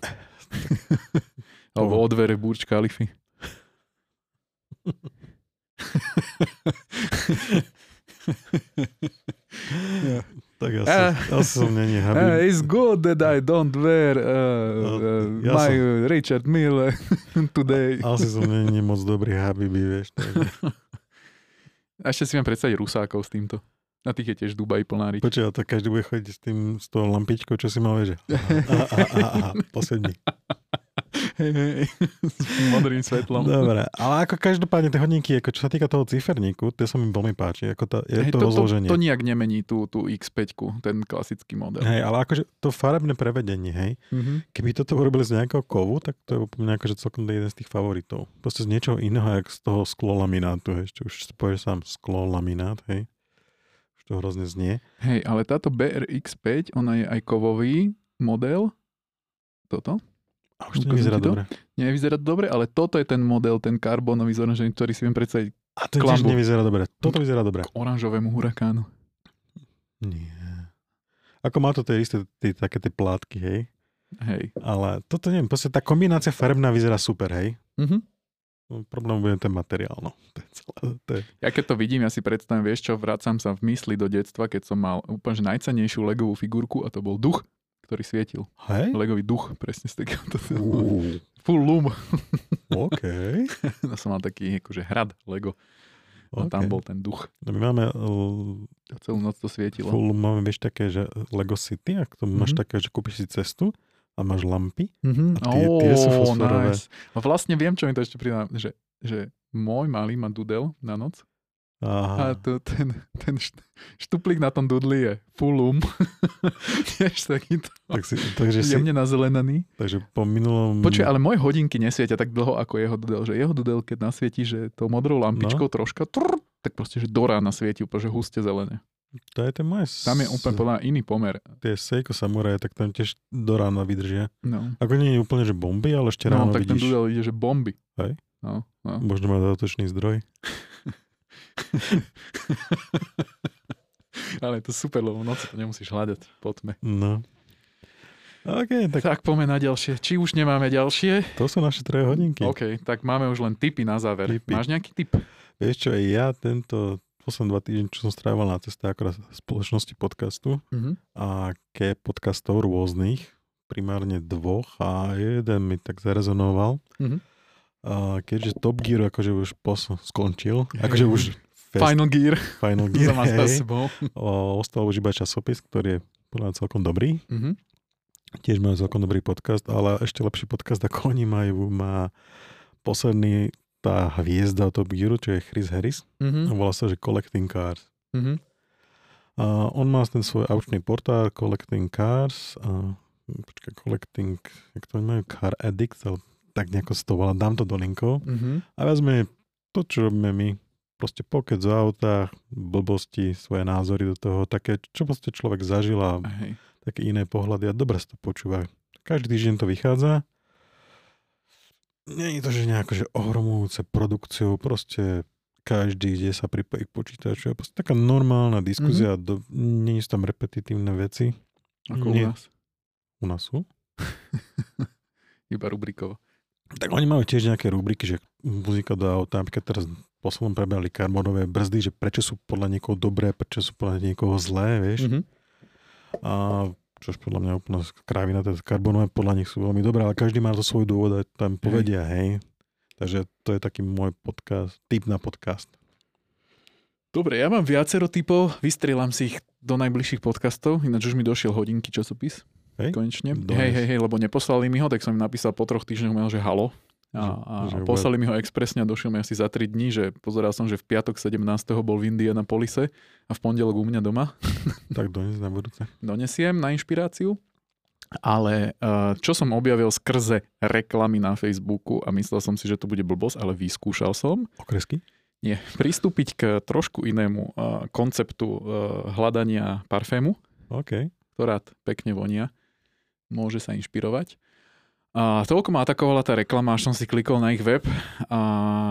Alebo o dvere Burj Khalify. Ja, tak asi, uh, asi som není Habib. Uh, it's good that I don't wear uh, uh, ja my som, Richard Mille today. Asi som není moc dobrý Habibi, vieš. Takže. A ešte si viem predstaviť Rusákov s týmto. Na tých je tiež Dubaj plná riť. Počuj, tak každý bude chodiť s tým, s tou lampičkou, čo si mal, vieš. Aha, aha, aha, aha, posledný. Hej, hej, s modrým svetlom. Dobre, ale ako každopádne tie hodinky, ako čo sa týka toho ciferníku, to sa mi veľmi páči. Ako tá, je hej, to, to rozloženie. To, to nijak nemení tú, tú iks päť, ten klasický model. Hej, ale akože to farebné prevedenie, hej. Mm-hmm. Keby toto urobili z nejakého kovu, tak to je úplne akože celkom jeden z tých favoritov. Proste z niečoho iného, jak z toho sklolaminátu, hej. Čo už povieš sám sklolaminát, hej. Už to hrozne znie. Hej, ale táto bé er iks päť, ona je aj kovový model. Toto. A už to nevyzerá dobre. Nevyzerá to dobre, ale toto je ten model, ten karbónový zoranžený, ktorý si viem predstaviť. A to tiež nevyzerá dobre. Toto vyzerá dobre. K oranžovému hurakánu. Nie. Ako má to tie isté, tie, také tie plátky, hej? Hej. Ale toto neviem, proste tá kombinácia farebná vyzerá super, hej? Mhm. No, problém bude ten materiál, no. To je celé, to je... Ja keď to vidím, ja si predstavím, vieš čo, vracam sa v mysli do detstva, keď som mal úplne najcennejšiu legovú figurku a to bol duch, ktorý svietil. Hej? Legový duch, presne z takého. Uh. Full loom. OK. To som mal taký akože hrad Lego. A okay. Tam bol ten duch. No my máme... Uh, celú noc to svietilo. Full loom máme, vieš, také, že Lego City, ak to mm-hmm. máš také, že kúpiš si cestu a máš lampy. Mm-hmm. A tie, oh, tie sú fosforové. Nice. A vlastne viem, čo mi to ešte pridá, že, že môj malý má dudel na noc. Aha. A to, ten, ten štuplík na tom dudli je full loom. Tiež takýto. Tak si, takže jemne si, nazelenaný. Takže po minulom... Počuj, ale moje hodinky nesvietia tak dlho ako jeho dudel. Že jeho dudel, keď nasvietí, že tou modrou lampičkou no. troška, trr, tak proste, že do rána svietí úplne, že huste zelené. To je ten môj... Tam je úplne podľa iný pomer. Tie Seiko Samurai, tak tam tiež do rána vydržia. No. Ako nie je úplne, že bomby, ale ešte ráno no, tak vidíš. ten dudel ide, že bomby. Hej? No, no. Možno má dodatočný zdroj. Ale je to super, lebo v noci to nemusíš hľadať po tme. No. OK, tak... Tak poďme na ďalšie. Či už nemáme ďalšie? To sú naše troje hodinky. OK, tak máme už len tipy na záver. Tipy. Máš nejaký tip? Vieš čo, ja tento posledné dva týždne, čo som strávil na ceste akorát spoločnosti podcastu mm-hmm. a ke podcastov rôznych, primárne dvoch a jeden mi tak zarezonoval. Mm-hmm. A keďže Top Gear akože už pos- skončil, akože už fest, Final Gear, Final Gear hej, o, ostal už iba časopis, ktorý je podľa celkom dobrý. Mm-hmm. Tiež majú celkom dobrý podcast, ale ešte lepší podcast ako oni majú, má posledný tá hviezda Top Gearu, čo je Chris Harris. Mm-hmm. Volá sa, že Collecting Cars. Mm-hmm. A on má ten svoj aukčný portál Collecting Cars a počkaj, Collecting, jak to majú, Car Addict, ale tak nejako si to volá, dám to do linkov. Mm-hmm. A vezme to, čo robíme my, proste pokec o autách, blbosti, svoje názory do toho, také, čo proste človek zažil a Hej. také iné pohľady a dobre sa to počúva. Každý týždeň to vychádza. Nie je to, že nejako, že ohromujúce produkciou, proste každý, kde sa pripojí k počítaču. Je proste taká normálna diskusia, mm-hmm. do, nie sú tam repetitívne veci. Ako nie. u nás. U nás sú? Iba rubrikovo. Tak oni majú tiež nejaké rubriky, že muzika do auta, napríklad teraz poslednom prebrali karbonové brzdy, že prečo sú podľa niekoho dobré, prečo sú podľa niekoho zlé, vieš. Mm-hmm. A čož podľa mňa úplne krávina, tie karbonové podľa nich sú veľmi dobré, ale každý má to svoj dôvod a tam povedia, hej. Takže to je taký môj podcast, tip na podcast. Dobre, ja mám viacero typov, vystrieľam si ich do najbližších podcastov, ináč už mi došiel hodinky časopis. Hej? Konečne. Hej, hej, hej, lebo neposlali mi ho, tak som im napísal po troch týždňoch mail, že halo. A, a že poslali bude... mi ho expresne a došiel mi asi za tri dní, že pozeral som, že v piatok sedemnásteho bol v Indianapolise a v pondelok u mňa doma. Tak dones na budúce. Donesiem na inšpiráciu. Ale čo som objavil skrze reklamy na Facebooku a myslel som si, že to bude blbosť, ale vyskúšal som. Okresky? Nie. Pristúpiť k trošku inému konceptu hľadania parfému, okay. ktorá pekne vonia. Môže sa inšpirovať. A toľko ma atakovala tá reklama, až som si klikol na ich web a,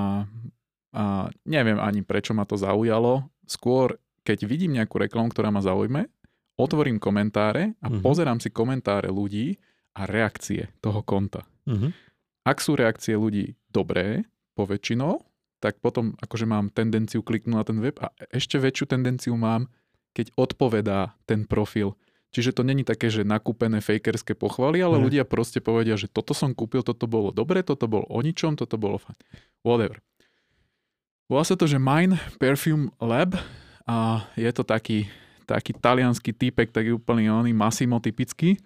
a neviem ani prečo ma to zaujalo. Skôr, keď vidím nejakú reklamu, ktorá ma zaujme, otvorím komentáre a uh-huh. pozerám si komentáre ľudí a reakcie toho konta. Uh-huh. Ak sú reakcie ľudí dobré, poväčšinou, tak potom akože mám tendenciu kliknúť na ten web a ešte väčšiu tendenciu mám, keď odpovedá ten profil. Čiže to není také, že nakúpené fejkerské pochvaly, ale uh-huh. ľudia proste povedia, že toto som kúpil, toto bolo dobre, toto bolo o ničom, toto bolo fajn. Whatever. Volá sa to, že Mine Perfume Lab a je to taký taký talianský týpek, taký úplný oný Massimo typický,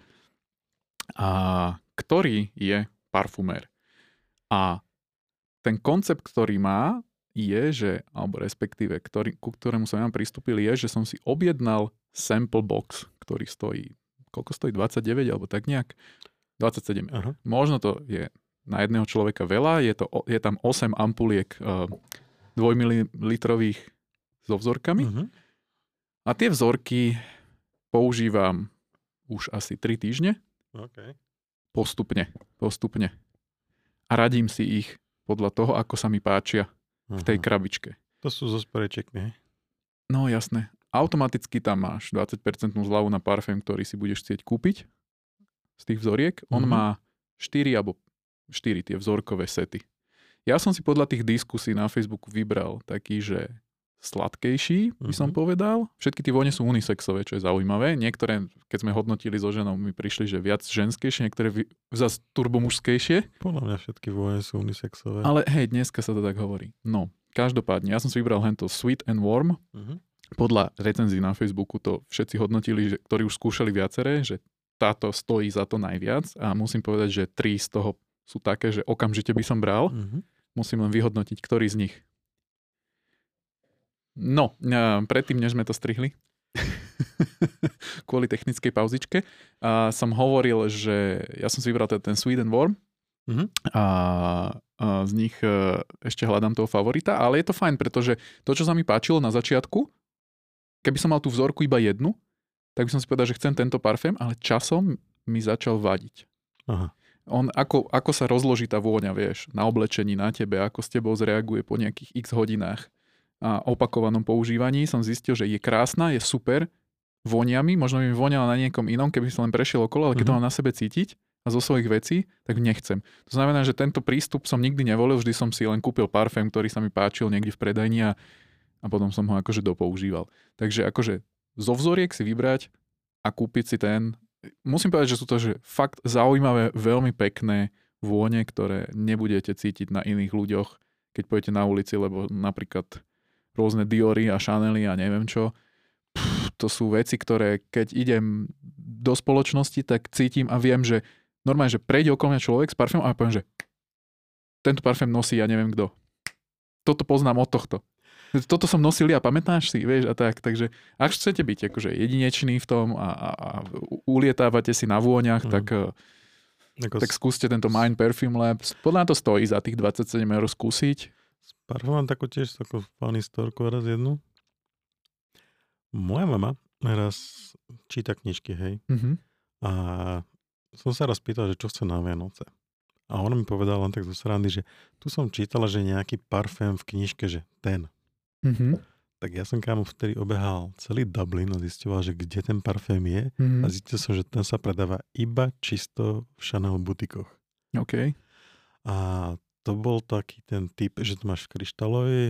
a ktorý je parfumér. A ten koncept, ktorý má, je, že, alebo respektíve, ktorý, ku ktorému som ja pristúpil, je, že som si objednal sample box, ktorý stojí, koľko stojí, dvadsaťdeväť alebo tak nejak? dvadsaťsedem. Aha. Možno to je na jedného človeka veľa, je, to, je tam osem ampuliek uh, dvojmililitrových so vzorkami. Uh-huh. A tie vzorky používam už asi tri týždne. Okay. Postupne, postupne. A radím si ich podľa toho, ako sa mi páčia v tej krabičke. To sú zo sprejčekmi. No jasné. Automaticky tam máš dvadsať percent zľavu na parfém, ktorý si budeš chcieť kúpiť z tých vzoriek. On mm-hmm. má štyri alebo štyri tie vzorkové sety. Ja som si podľa tých diskusí na Facebooku vybral taký, že sladkejší, by som uh-huh. povedal. Všetky tie vône sú unisexové, čo je zaujímavé. Niektoré, keď sme hodnotili so ženou, mi prišli, že viac ženskejšie, niektoré zase turbomužskejšie. Podľa mňa všetky vône sú unisexové. Ale hej, dneska sa to tak hovorí. No, každopádne, ja som si vybral hento Sweet and Warm. Uh-huh. Podľa recenzií na Facebooku to všetci hodnotili, že, ktorí už skúšali viaceré, že táto stojí za to najviac a musím povedať, že tri z toho sú také, že okamžite by som bral. Uh-huh. Musím len vyhodnotiť, ktorý z nich. No, predtým, než sme to strihli, kvôli technickej pauzičke, a som hovoril, že ja som si vybral ten Sweet and Warm mm-hmm. a, a z nich ešte hľadám toho favorita, ale je to fajn, pretože to, čo sa mi páčilo na začiatku, keby som mal tú vzorku iba jednu, tak by som si povedal, že chcem tento parfém, ale časom mi začal vadiť. Aha. On, ako, ako sa rozloží tá vôňa, vieš, na oblečení, na tebe, ako s tebou zreaguje po nejakých x hodinách a opakovanom používaní, som zistil, že je krásna, je super voniami, možno by mi voňala na niekom inom, keby som len prešiel okolo, ale keď mm-hmm. to mám na sebe cítiť a zo svojich vecí, tak nechcem. To znamená, že tento prístup som nikdy nevolil, vždy som si len kúpil parfém, ktorý sa mi páčil niekde v predajni a, a potom som ho akože dopoužíval. Takže akože zo vzoriek si vybrať a kúpiť si ten, musím povedať, že sú to že fakt zaujímavé, veľmi pekné vône, ktoré nebudete cítiť na iných ľuďoch, keď pôjdete na ulici, lebo napríklad rôzne Diory a Chanely a neviem čo. Pff, to sú veci, ktoré keď idem do spoločnosti, tak cítim a viem, že normálne, že prejde okolo mňa človek s parfémom a poviem, že tento parfém nosí, ja neviem kto. Toto poznám od tohto. Toto som nosil ja, pamätáš si, vieš, a tak. Takže ak chcete byť akože jedinečný v tom a, a, a ulietávate si na vôňach, mm. tak, Ako tak skúste tento Mine Perfume Lab. Podľa mňa to stojí za tých dvadsaťsedem eur skúsiť. S parfumom takú tiež takú funny storku raz jednu. Moja mama raz číta knižky, hej. Mm-hmm. A som sa raz pýtal, že čo chce na Vianoce. A ona mi povedala len tak zo srandy, že tu som čítala, že nejaký parfém v knižke, že ten. Mm-hmm. Tak ja som kámo vtedy obehal celý Dublin a zistoval, že kde ten parfém je Mm-hmm. a zistil som, že ten sa predáva iba čisto v Chanel butikoch. OK. A to bol taký ten typ, že to máš v kryštálovej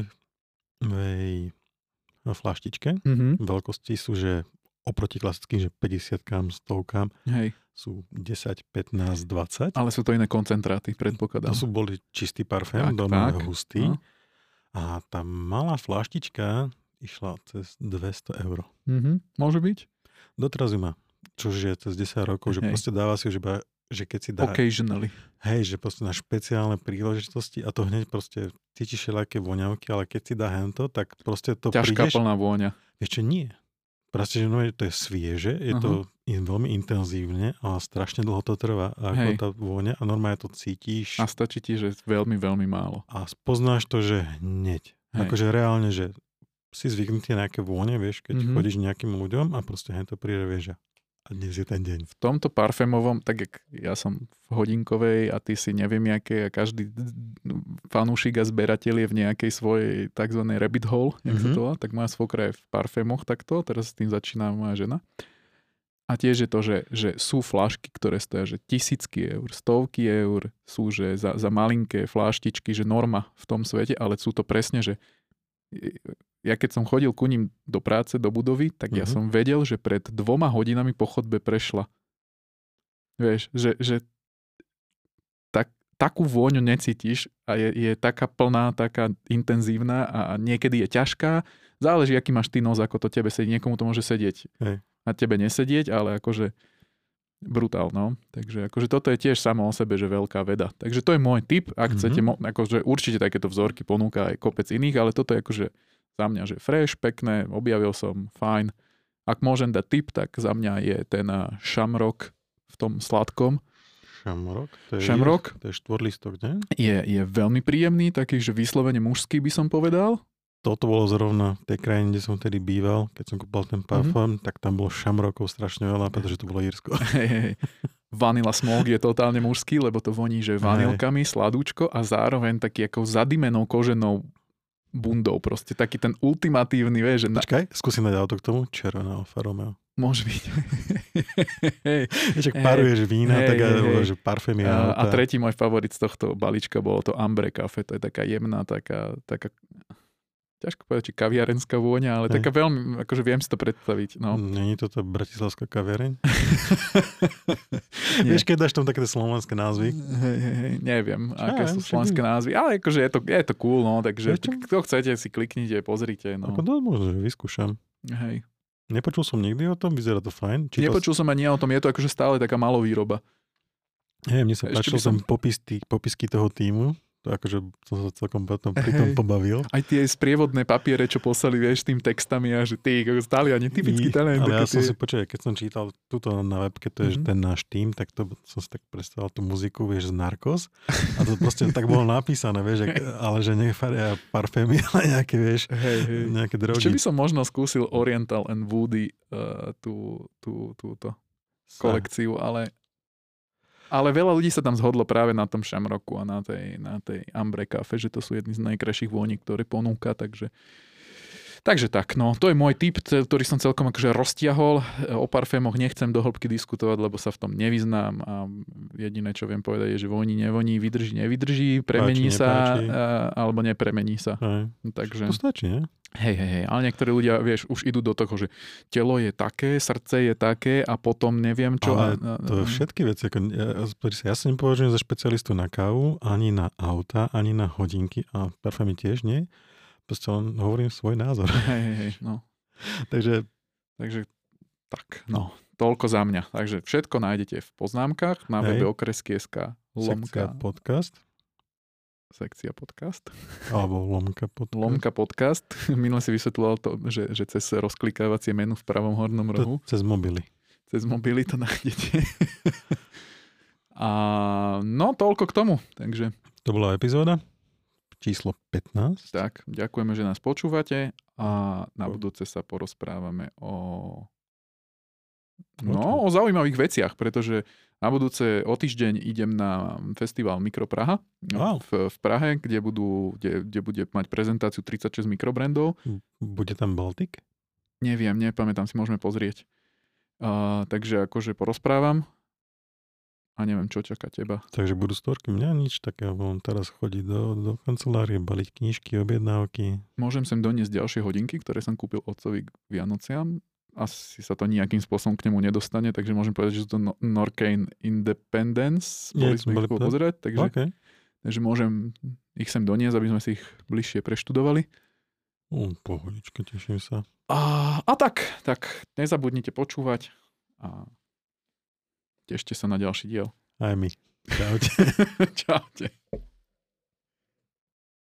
flaštičke. Mm-hmm. Veľkosti sú, že oproti klasickým, že päťdesiat gramov, sto gramov Hej. sú desať, pätnásť, dvadsať. Ale sú to iné koncentráty, predpokladám. To sú boli čistý parfém, Tak, doma tak. hustý. No. A tá malá flaštička išla cez dvesto eur. Mm-hmm. Môže byť? Doteraz ju má. Čože je cez desať rokov, že Hej. proste dáva si už iba, že keď si dá... Occasionally. Hej, že proste na špeciálne príležitosti a to hneď proste cítiš všelijaké voňavky, ale keď si dá hento, tak proste to Ťažká prídeš... plná vôňa. Ešte nie. Proste, že no, to je svieže, je Aha. to in, veľmi intenzívne, ale strašne dlho to trvá. A ako Hej. tá vôňa a normálne to cítiš A stačí ti, že veľmi, veľmi málo. a spoznáš to, že hneď. Hej. Akože reálne, že si zvyknutý na nejaké vône, vieš, keď Mhm. mm-hmm. chodíš nejakým ľuďom a proste hento príde, vieš, a dnes je ten deň. V tomto parfémovom, tak jak ja som v hodinkovej a ty si neviem jaké a každý fanúšik a zberateľ je v nejakej svojej tzv. Rabbit hole, jak Mhm. sa to volá, tak moja svokra je v parfémoch takto, teraz s tým začína moja žena. A tiež je to, že, že sú flašky, ktoré stoja, že tisícky eur, stovky eur sú, že za, za malinké fláštičky, že norma v tom svete, ale sú to presne, že ja keď som chodil ku ním do práce, do budovy, tak ja Mhm. som vedel, že pred dvoma hodinami po chodbe prešla. Vieš, že, že tak, takú vôňu necítiš a je, je taká plná, taká intenzívna a niekedy je ťažká. Záleží, aký máš ty nos, ako to tebe sedí. Niekomu to môže sedieť. Hej. A tebe nesedieť, ale akože brutál, no. Takže akože toto je tiež samo o sebe, že veľká veda. Takže to je môj tip, ak Mhm. chcete, mo- akože určite takéto vzorky ponúka aj kopec iných, ale toto je akože za mňa, že fresh, pekné, objavil som, fajn. Ak môžem dať tip, tak za mňa je ten uh, Shamrock v tom sladkom. Shamrock? To je, Shamrock To je štvorlistok, nie? je, je veľmi príjemný, taký, že vyslovene mužský by som povedal. Toto bolo zrovna v tej krajine, kde som vtedy býval, keď som kúpal ten parfém, mm-hmm. tak tam bolo Shamrockov strašne veľa, pretože to bolo Írsko. Hej, hej. Vanilla Smoke je totálne mužský, lebo to voní, že vanilkami, sladúčko a zároveň taký ako zadimenou koženou bundou. Proste taký ten ultimatívny, vieš, že... Na... Počkaj, skúsim dať auto k tomu. Červená Alfa Romeo. Môže byť. Hej. Vieš, ak paruješ vína, hej, tak aj hej, hej. že parfém je A, auta. a tretí môj favorit z tohto balíčka bolo to Ambre Café. To je taká jemná, taká, taká ťažko povedať, či kaviarenská vôňa, ale hej. taká veľmi, akože viem si to predstaviť. No. Není to tá bratislavská kaviareň? Vieš, keď dáš tam také slovenské názvy? Hej, hej, hej, neviem, Čo, aké sú však slovenské viem. názvy, ale akože je to, je to cool, no, takže Vieš čo? kto chcete, si kliknite, pozrite. No. Ako to možno, že vyskúšam. Hej. Nepočul som nikdy o tom, vyzerá to fajn. Čítal Nepočul som ani o tom, je to akože stále taká malovýroba. Hej, mne sa Ešte páčil by som- ten popis tý, popisky toho týmu. To akože som sa celkom potom pri tom Hej. pobavil. Aj tie sprievodné papiere, čo poslali, vieš, tým textami a že ty, ako Taliani, typický I- Taliani. Ale ja také som tie- si počul, keď som čítal túto na webke, to je Mhm. mm-hmm. ten náš tým, tak to som si tak predstavoval tú muziku, vieš, z Narcos. A to proste tak bolo napísané, vieš, ak, ale že nefaria parfémy, ale nejaké, vieš, Hej, hej. nejaké Ešte by drogy. som možno skúsil Oriental and Woody uh, tú, tú, túto kolekciu, ale ale veľa ľudí sa tam zhodlo práve na tom Shamrocku a na tej, na tej Ambre Café, že to sú jedny z najkrajších vôní, ktoré ponúka, takže Takže tak, no, to je môj tip, ktorý som celkom akože roztiahol. O parfémoch nechcem do hĺbky diskutovať, lebo sa v tom nevyznám a jediné, čo viem povedať, je, že voní, nevoní, vydrží, nevydrží, premení Páči, sa nepáči. a, alebo nepremení sa. Hej. Takže, To stačí, ne? hej, hej, hej, ale niektorí ľudia, vieš, už idú do toho, že telo je také, srdce je také a potom neviem čo. Ale a, a, to je všetky veci. Ako, ja, ja sa nepovažujem za špecialistu na kávu, ani na auta, ani na hodinky a parfémy tiež nie. Proste len hovorím svoj názor. Hej, hej, hej, no. Takže Takže tak, no, toľko za mňa. Takže všetko nájdete v poznámkach na Hej. webe okresky bodka es ká sekcia lomka, podcast, sekcia podcast. alebo lomka podcast. Lomka podcast. Minule si vysvetľoval to, že, že cez rozklikávacie menu v pravom hornom rohu. To, cez mobily. Cez mobily to nájdete. A no, toľko k tomu. Takže To bola epizóda číslo pätnásť. tak, ďakujeme, že nás počúvate a na budúce sa porozprávame o No, o zaujímavých veciach, pretože na budúce o týždeň idem na festival Mikropraha Wow. v, v Prahe, kde, budú, kde, kde bude mať prezentáciu tridsaťšesť mikrobrandov. Bude tam Baltic? Neviem, nepamätám si, môžeme pozrieť. Uh, takže akože porozprávam a neviem, čo čaká teba. Takže budú storky. Mňa nič také, on teraz chodí do, do kancelárie, baliť knižky, objednávky. Môžem sem doniesť ďalšie hodinky, ktoré som kúpil otcovi k Vianociam. Asi sa to nejakým spôsobom k nemu nedostane, takže môžem povedať, že sú to no- Norcane Independence. Boli sme ich pozerať, takže, Okay. takže môžem ich sem doniesť, aby sme si ich bližšie preštudovali. O, pohodička, teším sa. A, a tak, tak nezabudnite počúvať a tešte sa na ďalší diel. Aj my. Čaute. Čaute.